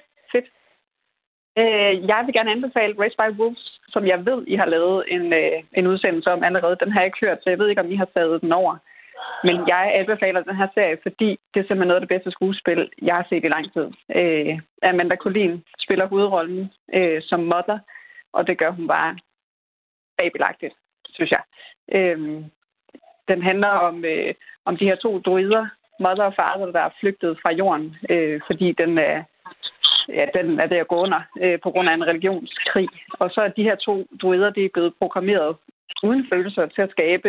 [SPEAKER 16] Jeg vil gerne anbefale Raised by Wolves, som jeg ved, I har lavet en udsendelse om allerede. Den har jeg ikke hørt, så jeg ved ikke, om I har taget den over. Men jeg anbefaler den her serie, fordi det er simpelthen noget af det bedste skuespil, jeg har set i lang tid. Amanda Collin spiller hovedrollen som Mother, og det gør hun bare fabelagtigt, synes jeg. Den handler om de her 2 druider, Mother og Father, der er flygtet fra jorden, fordi den er det at gå under på grund af en religionskrig. Og så er de her 2 druider, de er blevet programmeret uden følelser til at skabe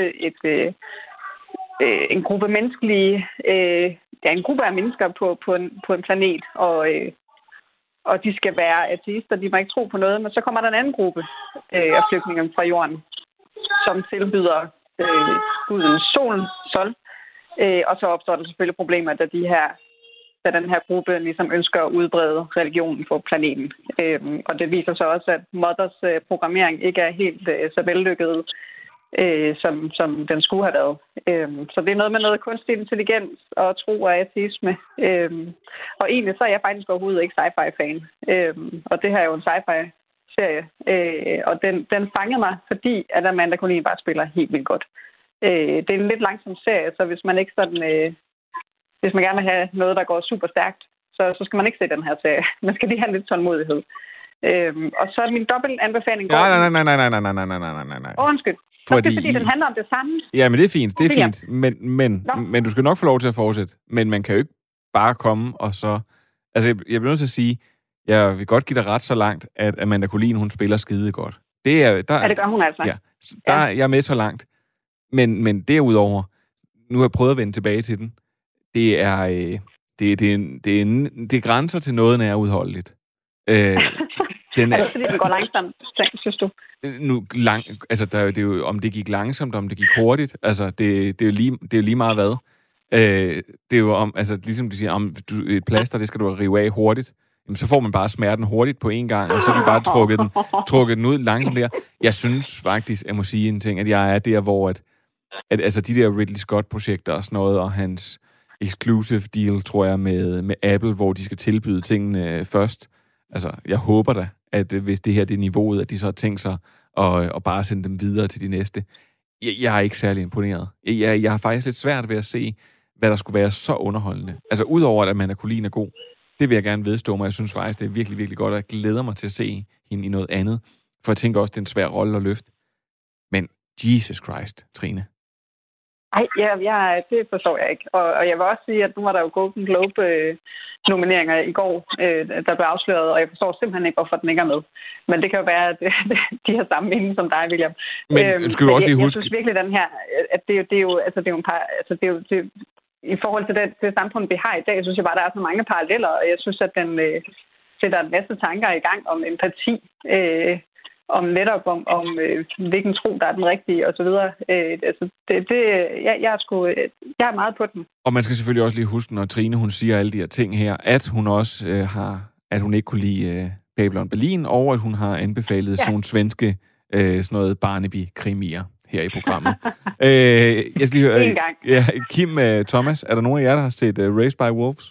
[SPEAKER 16] en gruppe menneskelige, en gruppe af mennesker på en planet, og de skal være ateister, de må ikke tro på noget, men så kommer der en anden gruppe af flygtninge fra jorden, som tilbyder guden Sol, og så opstår der selvfølgelig problemer, da den her gruppe ligesom ønsker at udbrede religionen på planeten. Og det viser sig også, at Mothers programmering ikke er helt så vellykket, som den skulle have været. Så det er noget med noget kunstig intelligens og tro og ateisme. Og egentlig så er jeg faktisk overhovedet ikke sci-fi-fan. Og det her er jo en sci-fi-serie. Og den fangede mig, fordi at Amanda Collin bare spiller helt vildt godt. Det er en lidt langsom serie, så hvis man ikke sådan... hvis man gerne vil have noget, der går super stærkt, så skal man ikke se den her serie. Man skal lige have lidt tålmodighed. Og så er min dobbelt anbefaling...
[SPEAKER 1] Nej.
[SPEAKER 16] Undskyld. Fordi den handler om det samme.
[SPEAKER 1] Ja, men det er fint. Det er fint. Men du skal nok få lov til at fortsætte. Men man kan jo ikke bare komme og så... Altså, jeg bliver nødt til at sige, jeg vil godt give dig ret så langt, at Amanda Collin, hun spiller skide godt. Det
[SPEAKER 16] gør hun altså.
[SPEAKER 1] Ja, jeg er med så langt. Men derudover, nu har jeg prøvet at vende tilbage til den. Det er grænser til noget, der er udholdeligt.
[SPEAKER 16] Er det fordi, den går langsomt, synes du?
[SPEAKER 1] Det er jo, om det gik langsomt, om det gik hurtigt. Altså, det er jo lige meget hvad. Det er jo om, altså, ligesom de siger, om et plaster, det skal du rive af hurtigt. Jamen, så får man bare smerten hurtigt på en gang, og så er de bare trukket den ud langsomt der. Jeg synes faktisk, jeg må sige en ting, at jeg er der, hvor at altså, de der Ridley Scott-projekter og sådan noget, og hans exclusive deal, tror jeg, med Apple, hvor de skal tilbyde tingene først. Altså, jeg håber da, at hvis det her det er niveauet, at de så har tænkt sig at bare sende dem videre til de næste. Jeg er ikke særlig imponeret. Jeg har faktisk lidt svært ved at se, hvad der skulle være så underholdende. Altså, udover at Amanda Collin er god, det vil jeg gerne vedstå mig. Jeg synes faktisk, det er virkelig, virkelig godt, og jeg glæder mig til at se hende i noget andet. For jeg tænker også, det er en svær rolle at løfte. Men Jesus Christ, Trine.
[SPEAKER 16] Ej, det forstår jeg ikke. Og jeg vil også sige, at nu var der jo Golden Globe-nomineringer i går, der blev afsløret, og jeg forstår simpelthen ikke, hvorfor den ikke er med. Men det kan jo være, at de har samme mening som dig, William.
[SPEAKER 1] Men skal du også lige huske...
[SPEAKER 16] Jeg synes virkelig, den her, at det er jo i forhold til det samfund, vi har i dag, synes jeg bare, der er så mange paralleller, og jeg synes, at den sætter en masse tanker i gang om empati, om netop om hvilken tro, der er den rigtige, og så videre. Jeg er meget på den.
[SPEAKER 1] Og man skal selvfølgelig også lige huske, når Trine, hun siger alle de her ting her, at hun også at hun ikke kunne lide Babylon Berlin, og at hun har anbefalet sådan nogle svenske sådan noget Barnaby-krimier her i programmet. Jeg skal lige høre, Kim, Thomas, er der nogen af jer, der har set Raised by Wolves?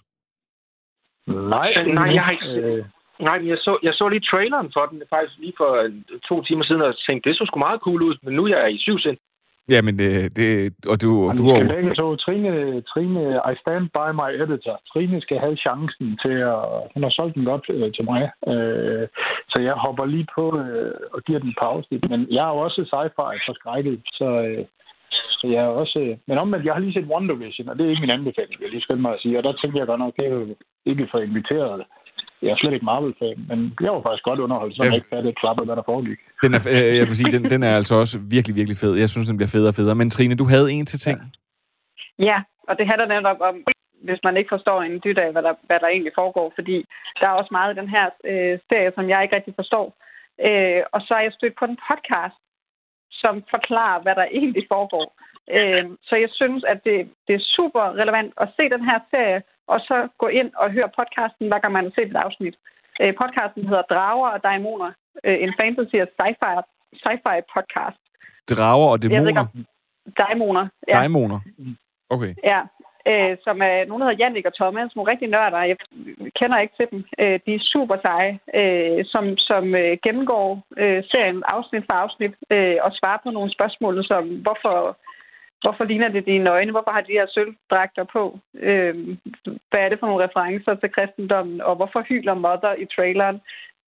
[SPEAKER 17] Nej, jeg har ikke Nej, men jeg så lige traileren for den, faktisk lige for 2 timer siden, og tænkte, det så sgu meget cool ud, men nu er jeg i 7 sind.
[SPEAKER 1] Ja, men og du
[SPEAKER 15] skal begge så, Trine, I stand by my editor. Trine skal have chancen til at... Hun har solgt den godt til mig, så jeg hopper lige på og giver den pause. Men jeg er jo også sci-fi forskrækket, så jeg er også... Men omvendt, jeg har lige set WandaVision, og det er ikke min anbefaling, jeg lige skønne mig at sige, og der tænkte jeg godt nok, det er jo ikke for inviteret. Jeg er slet ikke Marvel-fan, men jeg var faktisk godt underholdt, så jeg ikke fattede klappet, hvad der foregik.
[SPEAKER 1] Jeg vil sige, den er altså også virkelig, virkelig fed. Jeg synes, den bliver federe og federe. Men Trine, du havde en til ting.
[SPEAKER 16] Ja, og det handler netop om, hvis man ikke forstår en dyt af, hvad der egentlig foregår, fordi der er også meget i den her serie, som jeg ikke rigtig forstår. Og så er jeg stødt på en podcast, som forklarer, hvad der egentlig foregår. Så jeg synes, at det er super relevant at se den her serie, og så gå ind og høre podcasten, hver gang man har set et afsnit. Podcasten hedder Drager og Dæmoner. En fantasy og sci-fi podcast.
[SPEAKER 1] Drager og dæmoner?
[SPEAKER 16] Dæmoner, ja.
[SPEAKER 1] Dæmoner? Okay.
[SPEAKER 16] Ja, som er nogen, der hedder Jannik og Thomas, nogle rigtig nørder. Jeg kender ikke til dem. De er super seje, som gennemgår serien afsnit for afsnit og svarer på nogle spørgsmål, som hvorfor ligner det dine øjne? Hvorfor har de her sølvdragter på? Hvad er det for nogle referencer til kristendommen? Og hvorfor hyler Mother i traileren?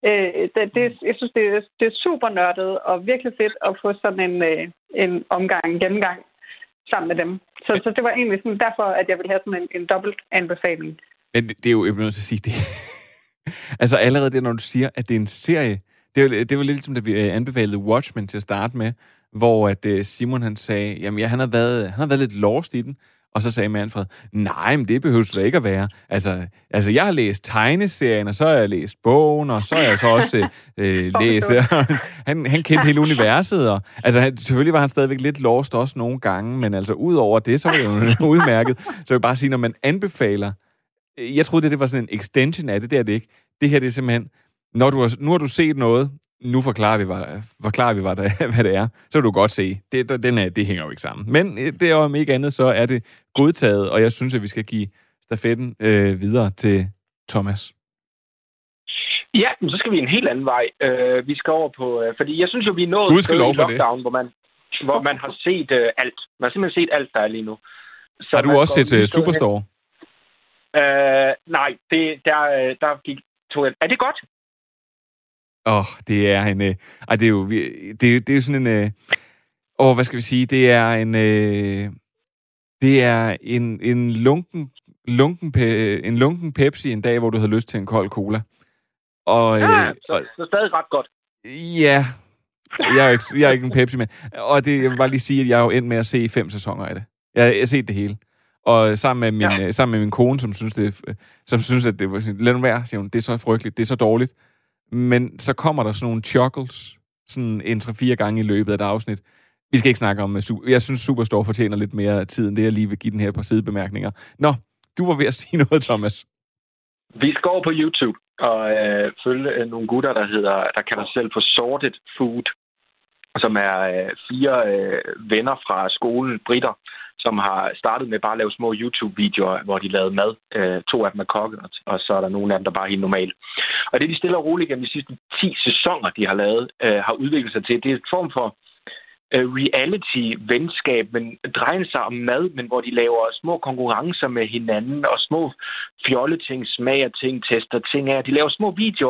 [SPEAKER 16] Jeg synes, det er super nørdet og virkelig fedt at få sådan en gennemgang sammen med dem. Så det var egentlig sådan derfor, at jeg ville have sådan en dobbelt anbefaling.
[SPEAKER 1] Men det er jo, jeg vil nødt til at sige, Altså allerede det, når du siger, at det er en serie, det var lidt som, da vi anbefalede Watchmen til at starte med, hvor at Simon han sagde, jamen han har været lidt lost i den, og så sagde Manfred, nej, men det behøver det ikke at være. Altså jeg har læst tegneserien, og så har jeg læst bogen, og så har jeg så også læst. Han kendte hele universet, og selvfølgelig var han stadigvæk lidt lost også nogle gange, men altså ud over det, så var det jo udmærket. Så jeg vil bare sige, når man anbefaler, jeg troede, det var sådan en extension af det, det er det ikke. Det her, det er simpelthen, nu har du set noget, nu forklarer vi, hvad det er, så vil du godt se. Det hænger jo ikke sammen. Men det er om ikke andet, så er det godtaget, og jeg synes, at vi skal give stafetten videre til Thomas.
[SPEAKER 7] Ja, men så skal vi en helt anden vej. Vi skal over på, fordi jeg synes jo, vi er nået til lockdown, hvor man har set alt. Man har simpelthen set alt, der er lige nu. Så
[SPEAKER 1] har du også set Superstore?
[SPEAKER 7] Nej, der gik... Er det godt?
[SPEAKER 1] Det er en... det er jo... Det er jo sådan en... hvad skal vi sige? Det er en... det er en lunken Pepsi en dag, hvor du havde lyst til en kold cola.
[SPEAKER 7] Så stadig ret godt.
[SPEAKER 1] Ja. Jeg er ikke en Pepsi, men... Og jeg vil bare lige sige, at jeg er jo endt med at se 5 sæsoner af det. Jeg har set det hele. Og sammen med min kone, som synes, at det var... Lad nu være, siger hun. Det er så frygteligt. Det er så dårligt. Men så kommer der sådan nogle chuckles, sådan 3-4 gange i løbet af et afsnit. Vi skal ikke snakke om... Jeg synes, Superstore fortjener lidt mere tid, end det, jeg lige vil give den her par sidebemærkninger. Nå, du var ved at sige noget, Thomas.
[SPEAKER 7] Vi skal over på YouTube og følge nogle gutter, der kalder sig selv for Sorted Food, som er 4 venner fra skolen, britter, som har startet med bare at lave små YouTube-videoer, hvor de lavede mad. 2 af dem er kokke, og så er der nogle af dem, der bare er helt normale. Og det, de stille og roligt gennem de sidste 10 sæsoner, de har lavet, har udviklet sig til, det er en form for reality-venskab, men drejer sig om mad, men hvor de laver små konkurrencer med hinanden, og små fjolleting, smager ting, tester ting af. De laver små videoer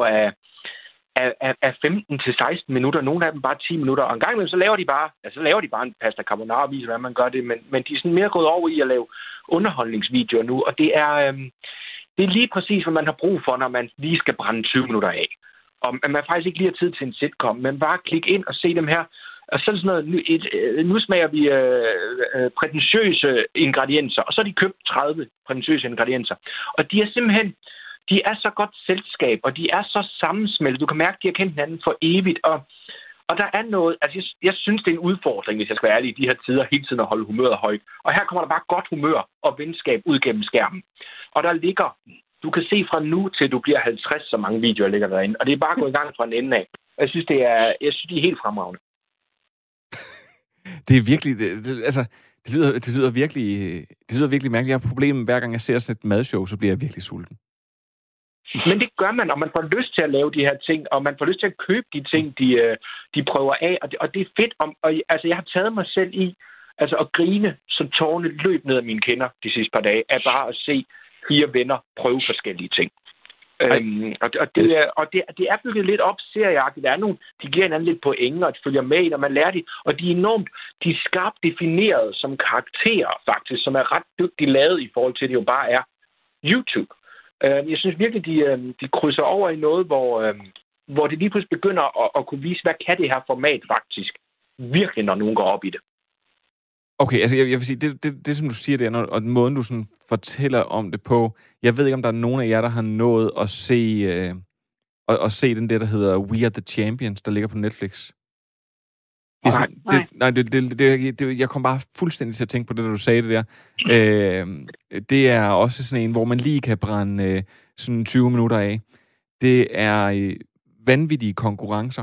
[SPEAKER 7] af 15 til 16 minutter, nogle af dem bare 10 minutter, og en gang imellem, så laver de bare en pasta carbonara og viser, hvordan man gør det, men de er sådan mere gået over i at lave underholdningsvideoer nu, og det er lige præcis, hvad man har brug for, når man lige skal brænde 20 minutter af. Og man faktisk ikke lige har tid til en sitcom, men bare klikke ind og se dem her, og så er det sådan noget, nu smager vi prætentiøse ingredienser, og så har de købt 30 prætentiøse ingredienser, og de er simpelthen... De er så godt selskab, og de er så sammensmeltet. Du kan mærke, at de har kendt hinanden for evigt. Og der er noget... Altså, jeg synes, det er en udfordring, hvis jeg skal være ærlig, i de her tider hele tiden at holde humøret højt. Og her kommer der bare godt humør og venskab ud gennem skærmen. Og der ligger... Du kan se fra nu til, du bliver 50, så mange videoer ligger derinde. Og det er bare gået i gang fra en ende af. Jeg synes, de er helt fremragende.
[SPEAKER 1] Det er virkelig... Det lyder virkelig mærkeligt. Jeg har problemer hver gang, jeg ser sådan et madshow, så bliver jeg virkelig sulten.
[SPEAKER 7] Men det gør man, og man får lyst til at lave de her ting, og man får lyst til at købe de ting, de prøver af, og det er fedt. Jeg har taget mig selv i at grine, så tårerne løb ned af mine kinder de sidste par dage, af bare at se 4 venner prøve forskellige ting. Det er bygget lidt op serieagtigt. Der er nogle, de giver hinanden lidt pointer, og de følger med, når man lærer det, og de er skarpt defineret som karakterer, faktisk, som er ret dygtigt lavet i forhold til, at det jo bare er YouTube. Jeg synes virkelig, de krydser over i noget, hvor det lige pludselig begynder at kunne vise, hvad kan det her format faktisk virkelig, når nogen går op i det.
[SPEAKER 1] Okay, altså jeg vil sige, det som du siger der, og den måde, du sådan fortæller om det på, jeg ved ikke, om der er nogen af jer, der har nået at se den der hedder We Are The Champions, der ligger på Netflix. Jeg kom bare fuldstændig til at tænke på det, da du sagde det der. Det er også sådan en, hvor man lige kan brænde sådan 20 minutter af. Det er vanvittige konkurrencer.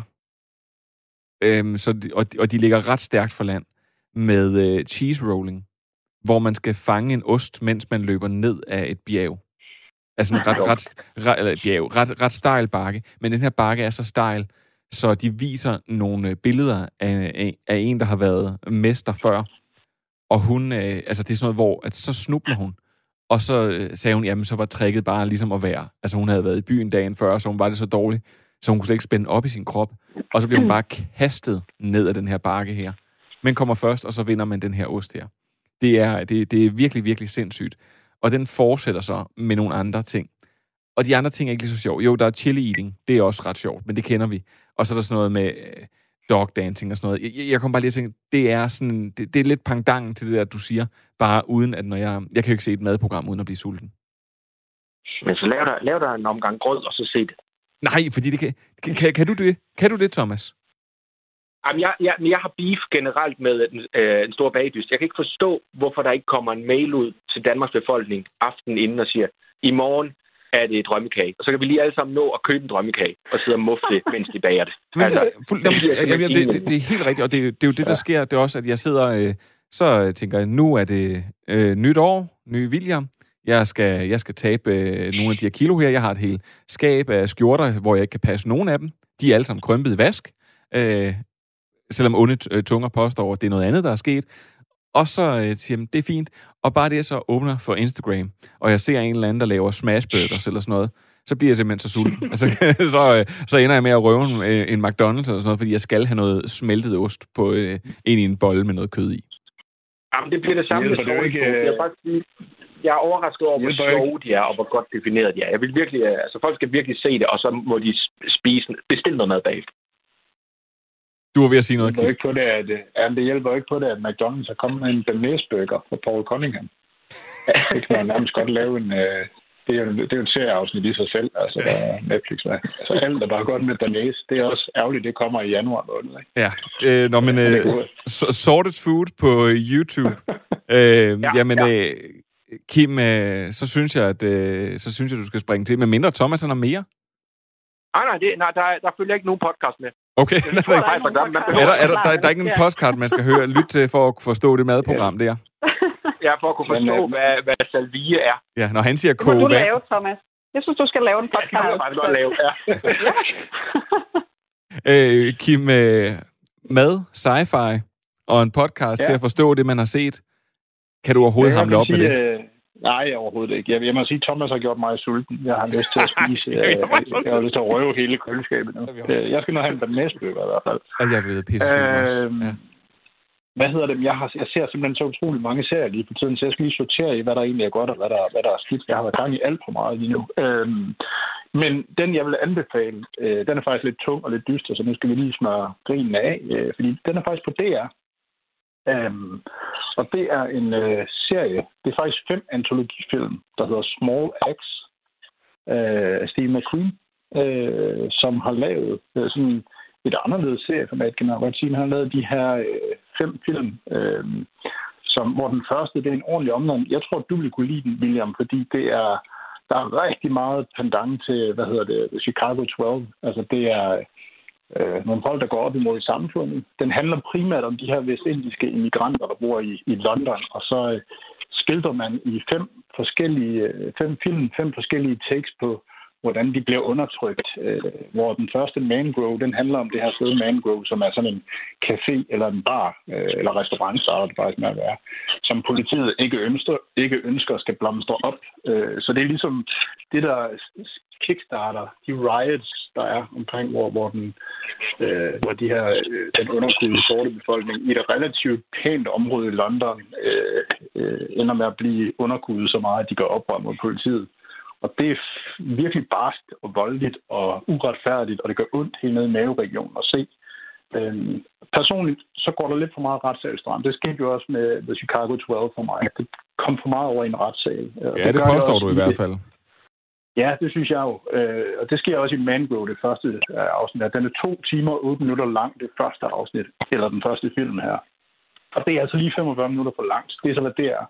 [SPEAKER 1] Og de ligger ret stærkt for land med cheese rolling, hvor man skal fange en ost, mens man løber ned af et bjerg. Altså en ret stejl bakke. Men den her bakke er så stejl, så de viser nogle billeder af en, der har været mester før. Og hun, det er sådan noget, hvor så snubler hun. Og så sagde hun, jamen så var tricket bare ligesom at være. Altså hun havde været i byen dagen før, så hun var det så dårligt, så hun kunne slet ikke spænde op i sin krop. Og så bliver hun bare kastet ned af den her bakke her. Men kommer først, og så vinder man den her ost her. Det er virkelig, virkelig sindssygt. Og den fortsætter så med nogle andre ting. Og de andre ting er ikke lige så sjovt. Jo, der er chili eating. Det er også ret sjovt, men det kender vi. Og så er der sådan noget med dog dancing og sådan noget. Jeg kommer bare lige til at tænke, det er sådan, det er lidt pangdangen til det der, du siger, bare uden at, når jeg kan jo ikke se et madprogram, uden at blive sulten.
[SPEAKER 17] Men så lav dig en omgang grød, og så se det.
[SPEAKER 1] Nej, fordi det kan du det? Kan du det, Thomas?
[SPEAKER 17] Jamen, jeg har beef generelt med en stor bagdyst. Jeg kan ikke forstå, hvorfor der ikke kommer en mail ud til Danmarks befolkning aftenen inden og siger, i morgen er det drømmekage. Og så kan vi lige alle sammen nå at købe en drømmekage og sidde og muffe det, mens de bager det.
[SPEAKER 1] Men, det er helt rigtigt, og det er jo det, der sker. Det er også, at jeg sidder, så tænker jeg, nu er det nyt år, ny William. Jeg skal tabe nogle af de her kilo her. Jeg har et helt skab af skjorter, hvor jeg ikke kan passe nogen af dem. De er alle sammen krympet i vask. Selvom onde tunger påstår, at det er noget andet, der er sket. Og så siger jeg, det er fint. Og bare det, jeg så åbner for Instagram, og jeg ser en eller anden, der laver smashburgers eller sådan noget, så bliver jeg simpelthen så sulten. Altså, så ender jeg med at røve en McDonald's eller sådan noget, fordi jeg skal have noget smeltet ost på ind i en bolle med noget kød i.
[SPEAKER 17] Jamen, det bliver det samme med sovefood. Jeg er overrasket over, hvor sjove de er, og hvor godt defineret de er. Jeg vil virkelig, folk skal virkelig se det, og så må de bestille noget mad bagefter.
[SPEAKER 1] Du var ved at sige noget,
[SPEAKER 15] Kim. Det hjælper ikke på det, at McDonald's er kommet med en bearnaise-burger fra Paul Cunningham. Det kan man nærmest godt lave en... Det er jo en serieafsnit i sig selv, altså der er Netflix med. Altså alt, der bare er godt med bearnaise, det er også ærgerligt, det kommer i januar måned, ikke?
[SPEAKER 1] Ja, Sorted Food på YouTube. Kim, så synes jeg, du skal springe til. Med mindre Thomas har mere?
[SPEAKER 17] Nej, der følger ikke nogen podcast med.
[SPEAKER 1] Okay. Der er ikke en podcast, man skal lytte til for at forstå det madprogram der?
[SPEAKER 17] Ja, for at kunne forstå, hvad salvie er.
[SPEAKER 1] Ja, når han siger
[SPEAKER 16] koge. Det må du lave, Thomas. Jeg synes, du skal lave en podcast.
[SPEAKER 17] Det kan jeg faktisk godt lave,
[SPEAKER 1] ja. Kim, mad, sci-fi og en podcast til at forstå det, man har set. Kan du overhovedet hamle op med det?
[SPEAKER 15] Nej, overhovedet ikke. Jeg må sige, at Thomas har gjort mig sulten. Jeg har lyst til at spise. Jeg har lyst til at røve hele køleskabet nu. Jeg skal nok have en bearnaise-burger i hvert fald.
[SPEAKER 1] Og jeg er blevet pisse
[SPEAKER 15] Hvad hedder det? Jeg ser simpelthen så utrolig mange serier lige på tiden, så jeg skal lige sortere i, hvad der egentlig er godt, og hvad der er skidt. Jeg har været gang i alt for meget lige nu. Men den, jeg vil anbefale, den er faktisk lidt tung og lidt dyster, så nu skal vi lige smøre grinen af, fordi den er faktisk på DR. Og det er en serie, det er faktisk 5 antologifilm, der hedder Small Axe af Steve McQueen, som har lavet sådan et anderledes serieformat, kan man godt sige. Han har lavet de her 5 film, hvor den første, det er en ordentlig omgang. Jeg tror, du ville kunne lide den, William, fordi der er rigtig meget pendant til, Chicago 12. Altså, det er nogle folk, der går op imod samfundet. Den handler primært om de her vestindiske immigranter, der bor i London, og så skildrer man i 5 forskellige takes på, hvordan de bliver undertrykt. Hvor den første Mangrove, den handler om det her sted Mangrove, som er sådan en café eller en bar, eller restaurant, starter det faktisk med at være, som politiet ikke ønsker skal blomstre op. Så det er ligesom det, der kickstarter de riots, der er omkring, hvor de her den underkuede sorte befolkning i et relativt pænt område i London ender med at blive underkudet så meget, at de går oprør mod politiet. Og det er virkelig barskt og voldeligt og uretfærdigt, og det gør ondt helt nede i maveregionen at se. Personligt, så går der lidt for meget retssalstrøm. Det skete jo også med The Chicago 12 for mig. Det kom for meget over i en retssal.
[SPEAKER 1] Ja, det påstår du i hvert fald.
[SPEAKER 15] Ja, det synes jeg jo. Og det sker også i Mangrove, det første afsnit. Den er 2 timer og 8 minutter lang, det første afsnit, eller den første film her. Og det er altså lige 45 minutter for langt. Det er så, hvad det er.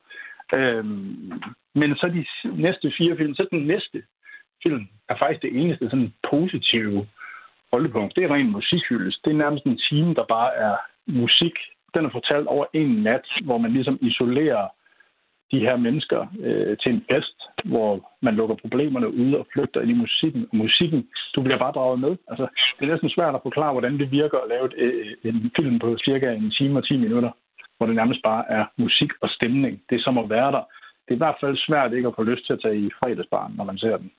[SPEAKER 15] Men så de næste 4 film, så den næste film er faktisk det eneste sådan positive holdepunkt. Det er ren musikhyldest. Det er nærmest en time, der bare er musik. Den er fortalt over en nat, hvor man ligesom isolerer de her mennesker til en fest, hvor man lukker problemerne ude og flygter ind i musikken. Og musikken, du bliver bare draget med. Altså, det er næsten svært at forklare, hvordan det virker at lave en film på cirka 1 time og 10 minutter, hvor det nærmest bare er musik og stemning. Det er som at være der. Det er i hvert fald svært ikke at få lyst til at tage i fredagsbaren, når man ser den.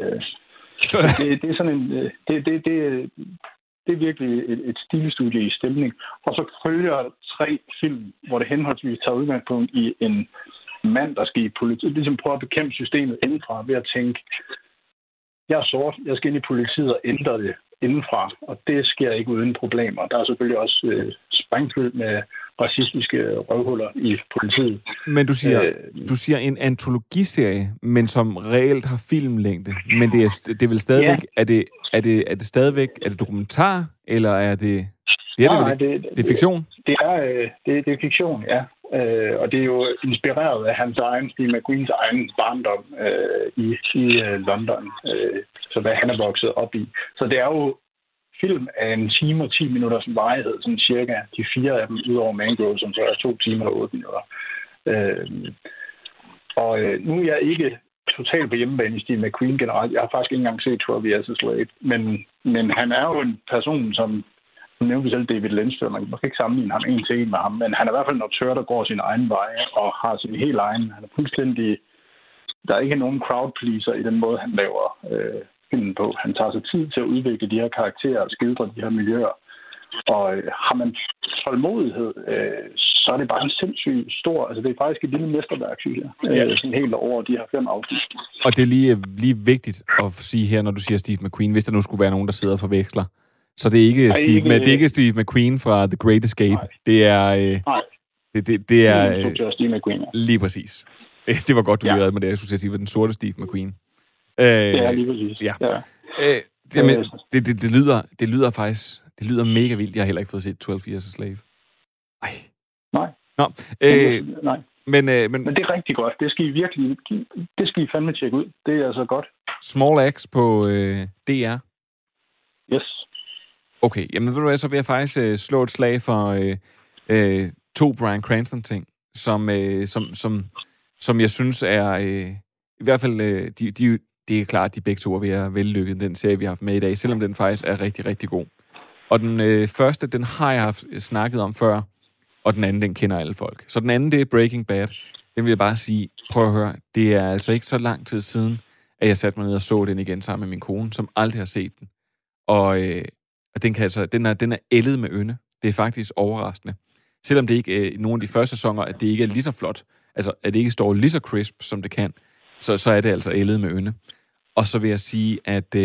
[SPEAKER 15] Det er sådan en... Det er virkelig et stilstudie i stemning. Og så følger 3 film, hvor det henholdsvis tager udgangspunkt i en mand, der skal i politik, ligesom prøve at bekæmpe systemet indenfra ved at tænke, jeg er sort, jeg skal ind i politiet og ændre det indenfra, og det sker ikke uden problemer. Der er selvfølgelig også sprængfyldt med racistiske røvhuller i politiet.
[SPEAKER 1] Men du siger en antologiserie, men som reelt har filmlængde. Men det er vel stadigvæk... Ja. Er det stadigvæk... Er det dokumentar, eller er det... Det er fiktion?
[SPEAKER 15] Det er fiktion, ja. Og det er jo inspireret af hans egen, Steve McQueens egen barndom i London, så hvad han er vokset op i. Så det er jo film af 1 time og 10 minutters varighed, sådan cirka de 4 af dem, udover Mangrove, som så er 2 timer og 8 minutter. Og nu er jeg ikke totalt på hjemmebane i Steve McQueen generelt. Jeg har faktisk ikke engang set 12 Years a Slave, men han er jo en person, som nævnte selv David Lynch, man kan ikke sammenligne ham en til en med ham, men han er i hvert fald en autør, der går sin egen vej og har sin helt egen. Han er fuldstændig... Der er ikke nogen crowd pleaser i den måde, han laver filmen på. Han tager sig tid til at udvikle de her karakterer og skildre de her miljøer. Og har man tålmodighed, så er det bare en sindssygt stor... Altså, det er faktisk et lille mesterværk, synes jeg. Sådan helt over de her 5 afsnit.
[SPEAKER 1] Og det er lige vigtigt at sige her, når du siger Steve McQueen, hvis der nu skulle være nogen, der sidder og forveksler. Så det er ikke Steve McQueen fra The Great Escape. Nej. Det er... Det er
[SPEAKER 15] Steve McQueen, ja.
[SPEAKER 1] Lige præcis. Det var godt, du lige med det. Jeg skulle sige, at det var den sorte Steve McQueen.
[SPEAKER 15] Ja, lige præcis.
[SPEAKER 1] Ja. Det lyder faktisk... Det lyder mega vildt. Jeg har heller ikke fået set 12 Years a Slave. Ej.
[SPEAKER 15] Nej.
[SPEAKER 1] Nå.
[SPEAKER 15] Nej. Men det er rigtig godt. Det skal I virkelig... Det skal I fandme tjekke ud. Det er altså godt.
[SPEAKER 1] Small Axe på DR.
[SPEAKER 15] Yes.
[SPEAKER 1] Okay, jamen ved du hvad, så vil jeg faktisk slå et slag for 2 Bryan Cranston-ting, som jeg synes er... I hvert fald, det er klart, at de begge 2 er ved at vellykket, den serie, vi har haft med i dag, selvom den faktisk er rigtig, rigtig god. Og den første, den har jeg haft snakket om før, og den anden, den kender alle folk. Så den anden, det er Breaking Bad. Den vil jeg bare sige, prøv at høre, det er altså ikke så lang tid siden, at jeg satte mig ned og så den igen sammen med min kone, som aldrig har set den. Og den er ældet med ynde. Det er faktisk overraskende. Selvom det ikke er nogle af de første sæsoner, at det ikke er lige så flot, altså at det ikke står lige så crisp, som det kan, så er det altså ældet med ynde. Og så vil jeg sige, at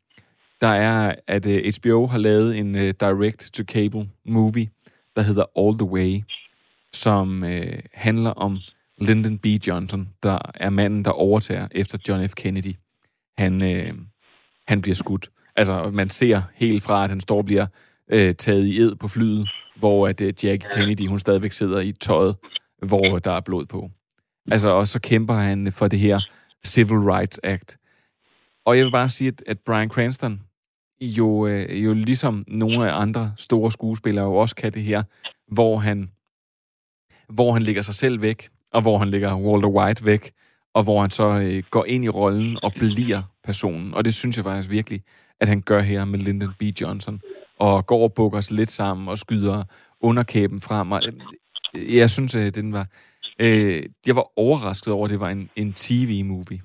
[SPEAKER 1] HBO har lavet en direct-to-cable movie, der hedder All the Way, som handler om Lyndon B. Johnson, der er manden, der overtager efter John F. Kennedy. Han bliver skudt. Altså, man ser helt fra, at han står og bliver taget i ed på flyet, hvor at Jackie Kennedy, hun stadigvæk sidder i tøjet, hvor der er blod på. Altså, og så kæmper han for det her Civil Rights Act. Og jeg vil bare sige, at Bryan Cranston jo ligesom nogle af andre store skuespillere jo også kan det her, hvor han lægger sig selv væk, og hvor han lægger Walter White væk, og hvor han så går ind i rollen og bliver personen. Og det synes jeg faktisk virkelig, at han gør her med Lyndon B. Johnson, og går og bukker sig lidt sammen og skyder underkæben frem. Og jeg synes, at jeg var overrasket over, at det var en TV-movie.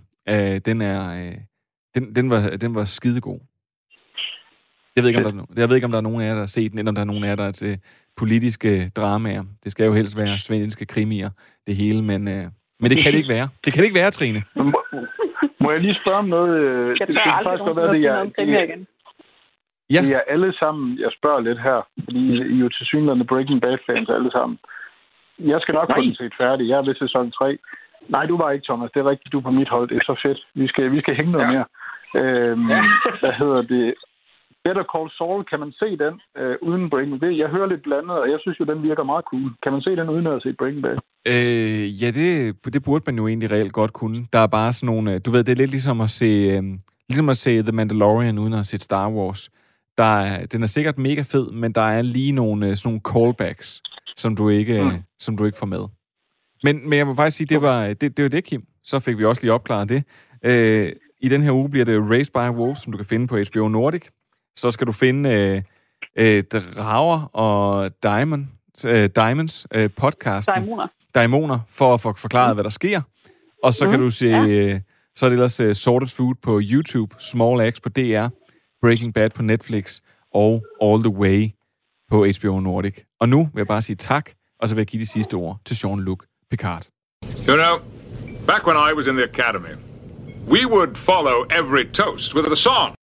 [SPEAKER 1] Den var skidegod. Jeg ved ikke, om der er nogen af jer, der har set den, eller om der er nogen af jer, der er til politiske dramaer. Det skal jo helst være svenske krimier, det hele, men det kan det ikke være. Det kan det ikke være, Trine.
[SPEAKER 15] Må jeg lige spørge om noget?
[SPEAKER 16] Jeg spørger aldrig nogen krimier igen.
[SPEAKER 15] Ja. Det er alle sammen, jeg spørger lidt her, fordi I er jo til synligheden Breaking Bad-fans alle sammen. Jeg skal nok få den set færdig. Jeg er ved sæson 3. Nej, du var ikke, Thomas. Det er rigtigt, du er på mit hold. Det er så fedt. Vi skal hænge noget mere. Hvad hedder det? Better Call Saul, kan man se den uden Breaking Bad? Jeg hører lidt blandet, og jeg synes jo, den virker meget cool. Kan man se den uden at se Breaking Bad?
[SPEAKER 1] Ja, det burde man jo egentlig reelt godt kunne. Der er bare sådan nogle... Du ved, det er lidt ligesom at se The Mandalorian uden at have set Star Wars. Den er sikkert mega fed, men der er lige sådan nogle callbacks, som du ikke får med. Men jeg må faktisk sige, det var det, Kim. Så fik vi også lige opklaret det. I den her uge bliver det Raised by Wolves, som du kan finde på HBO Nordic. Så skal du finde Drager og Diamonds podcasten. Daimoner, for at få forklaret, hvad der sker. Og så kan du se, så er det ellers Sorted Food på YouTube, Small Axe på DR, Breaking Bad på Netflix og All the Way på HBO Nordic. Og nu vil jeg bare sige tak, og så vil jeg give de sidste ord til Jean-Luc Picard.
[SPEAKER 19] You know, back when I was in the academy, we would follow every toast with a song.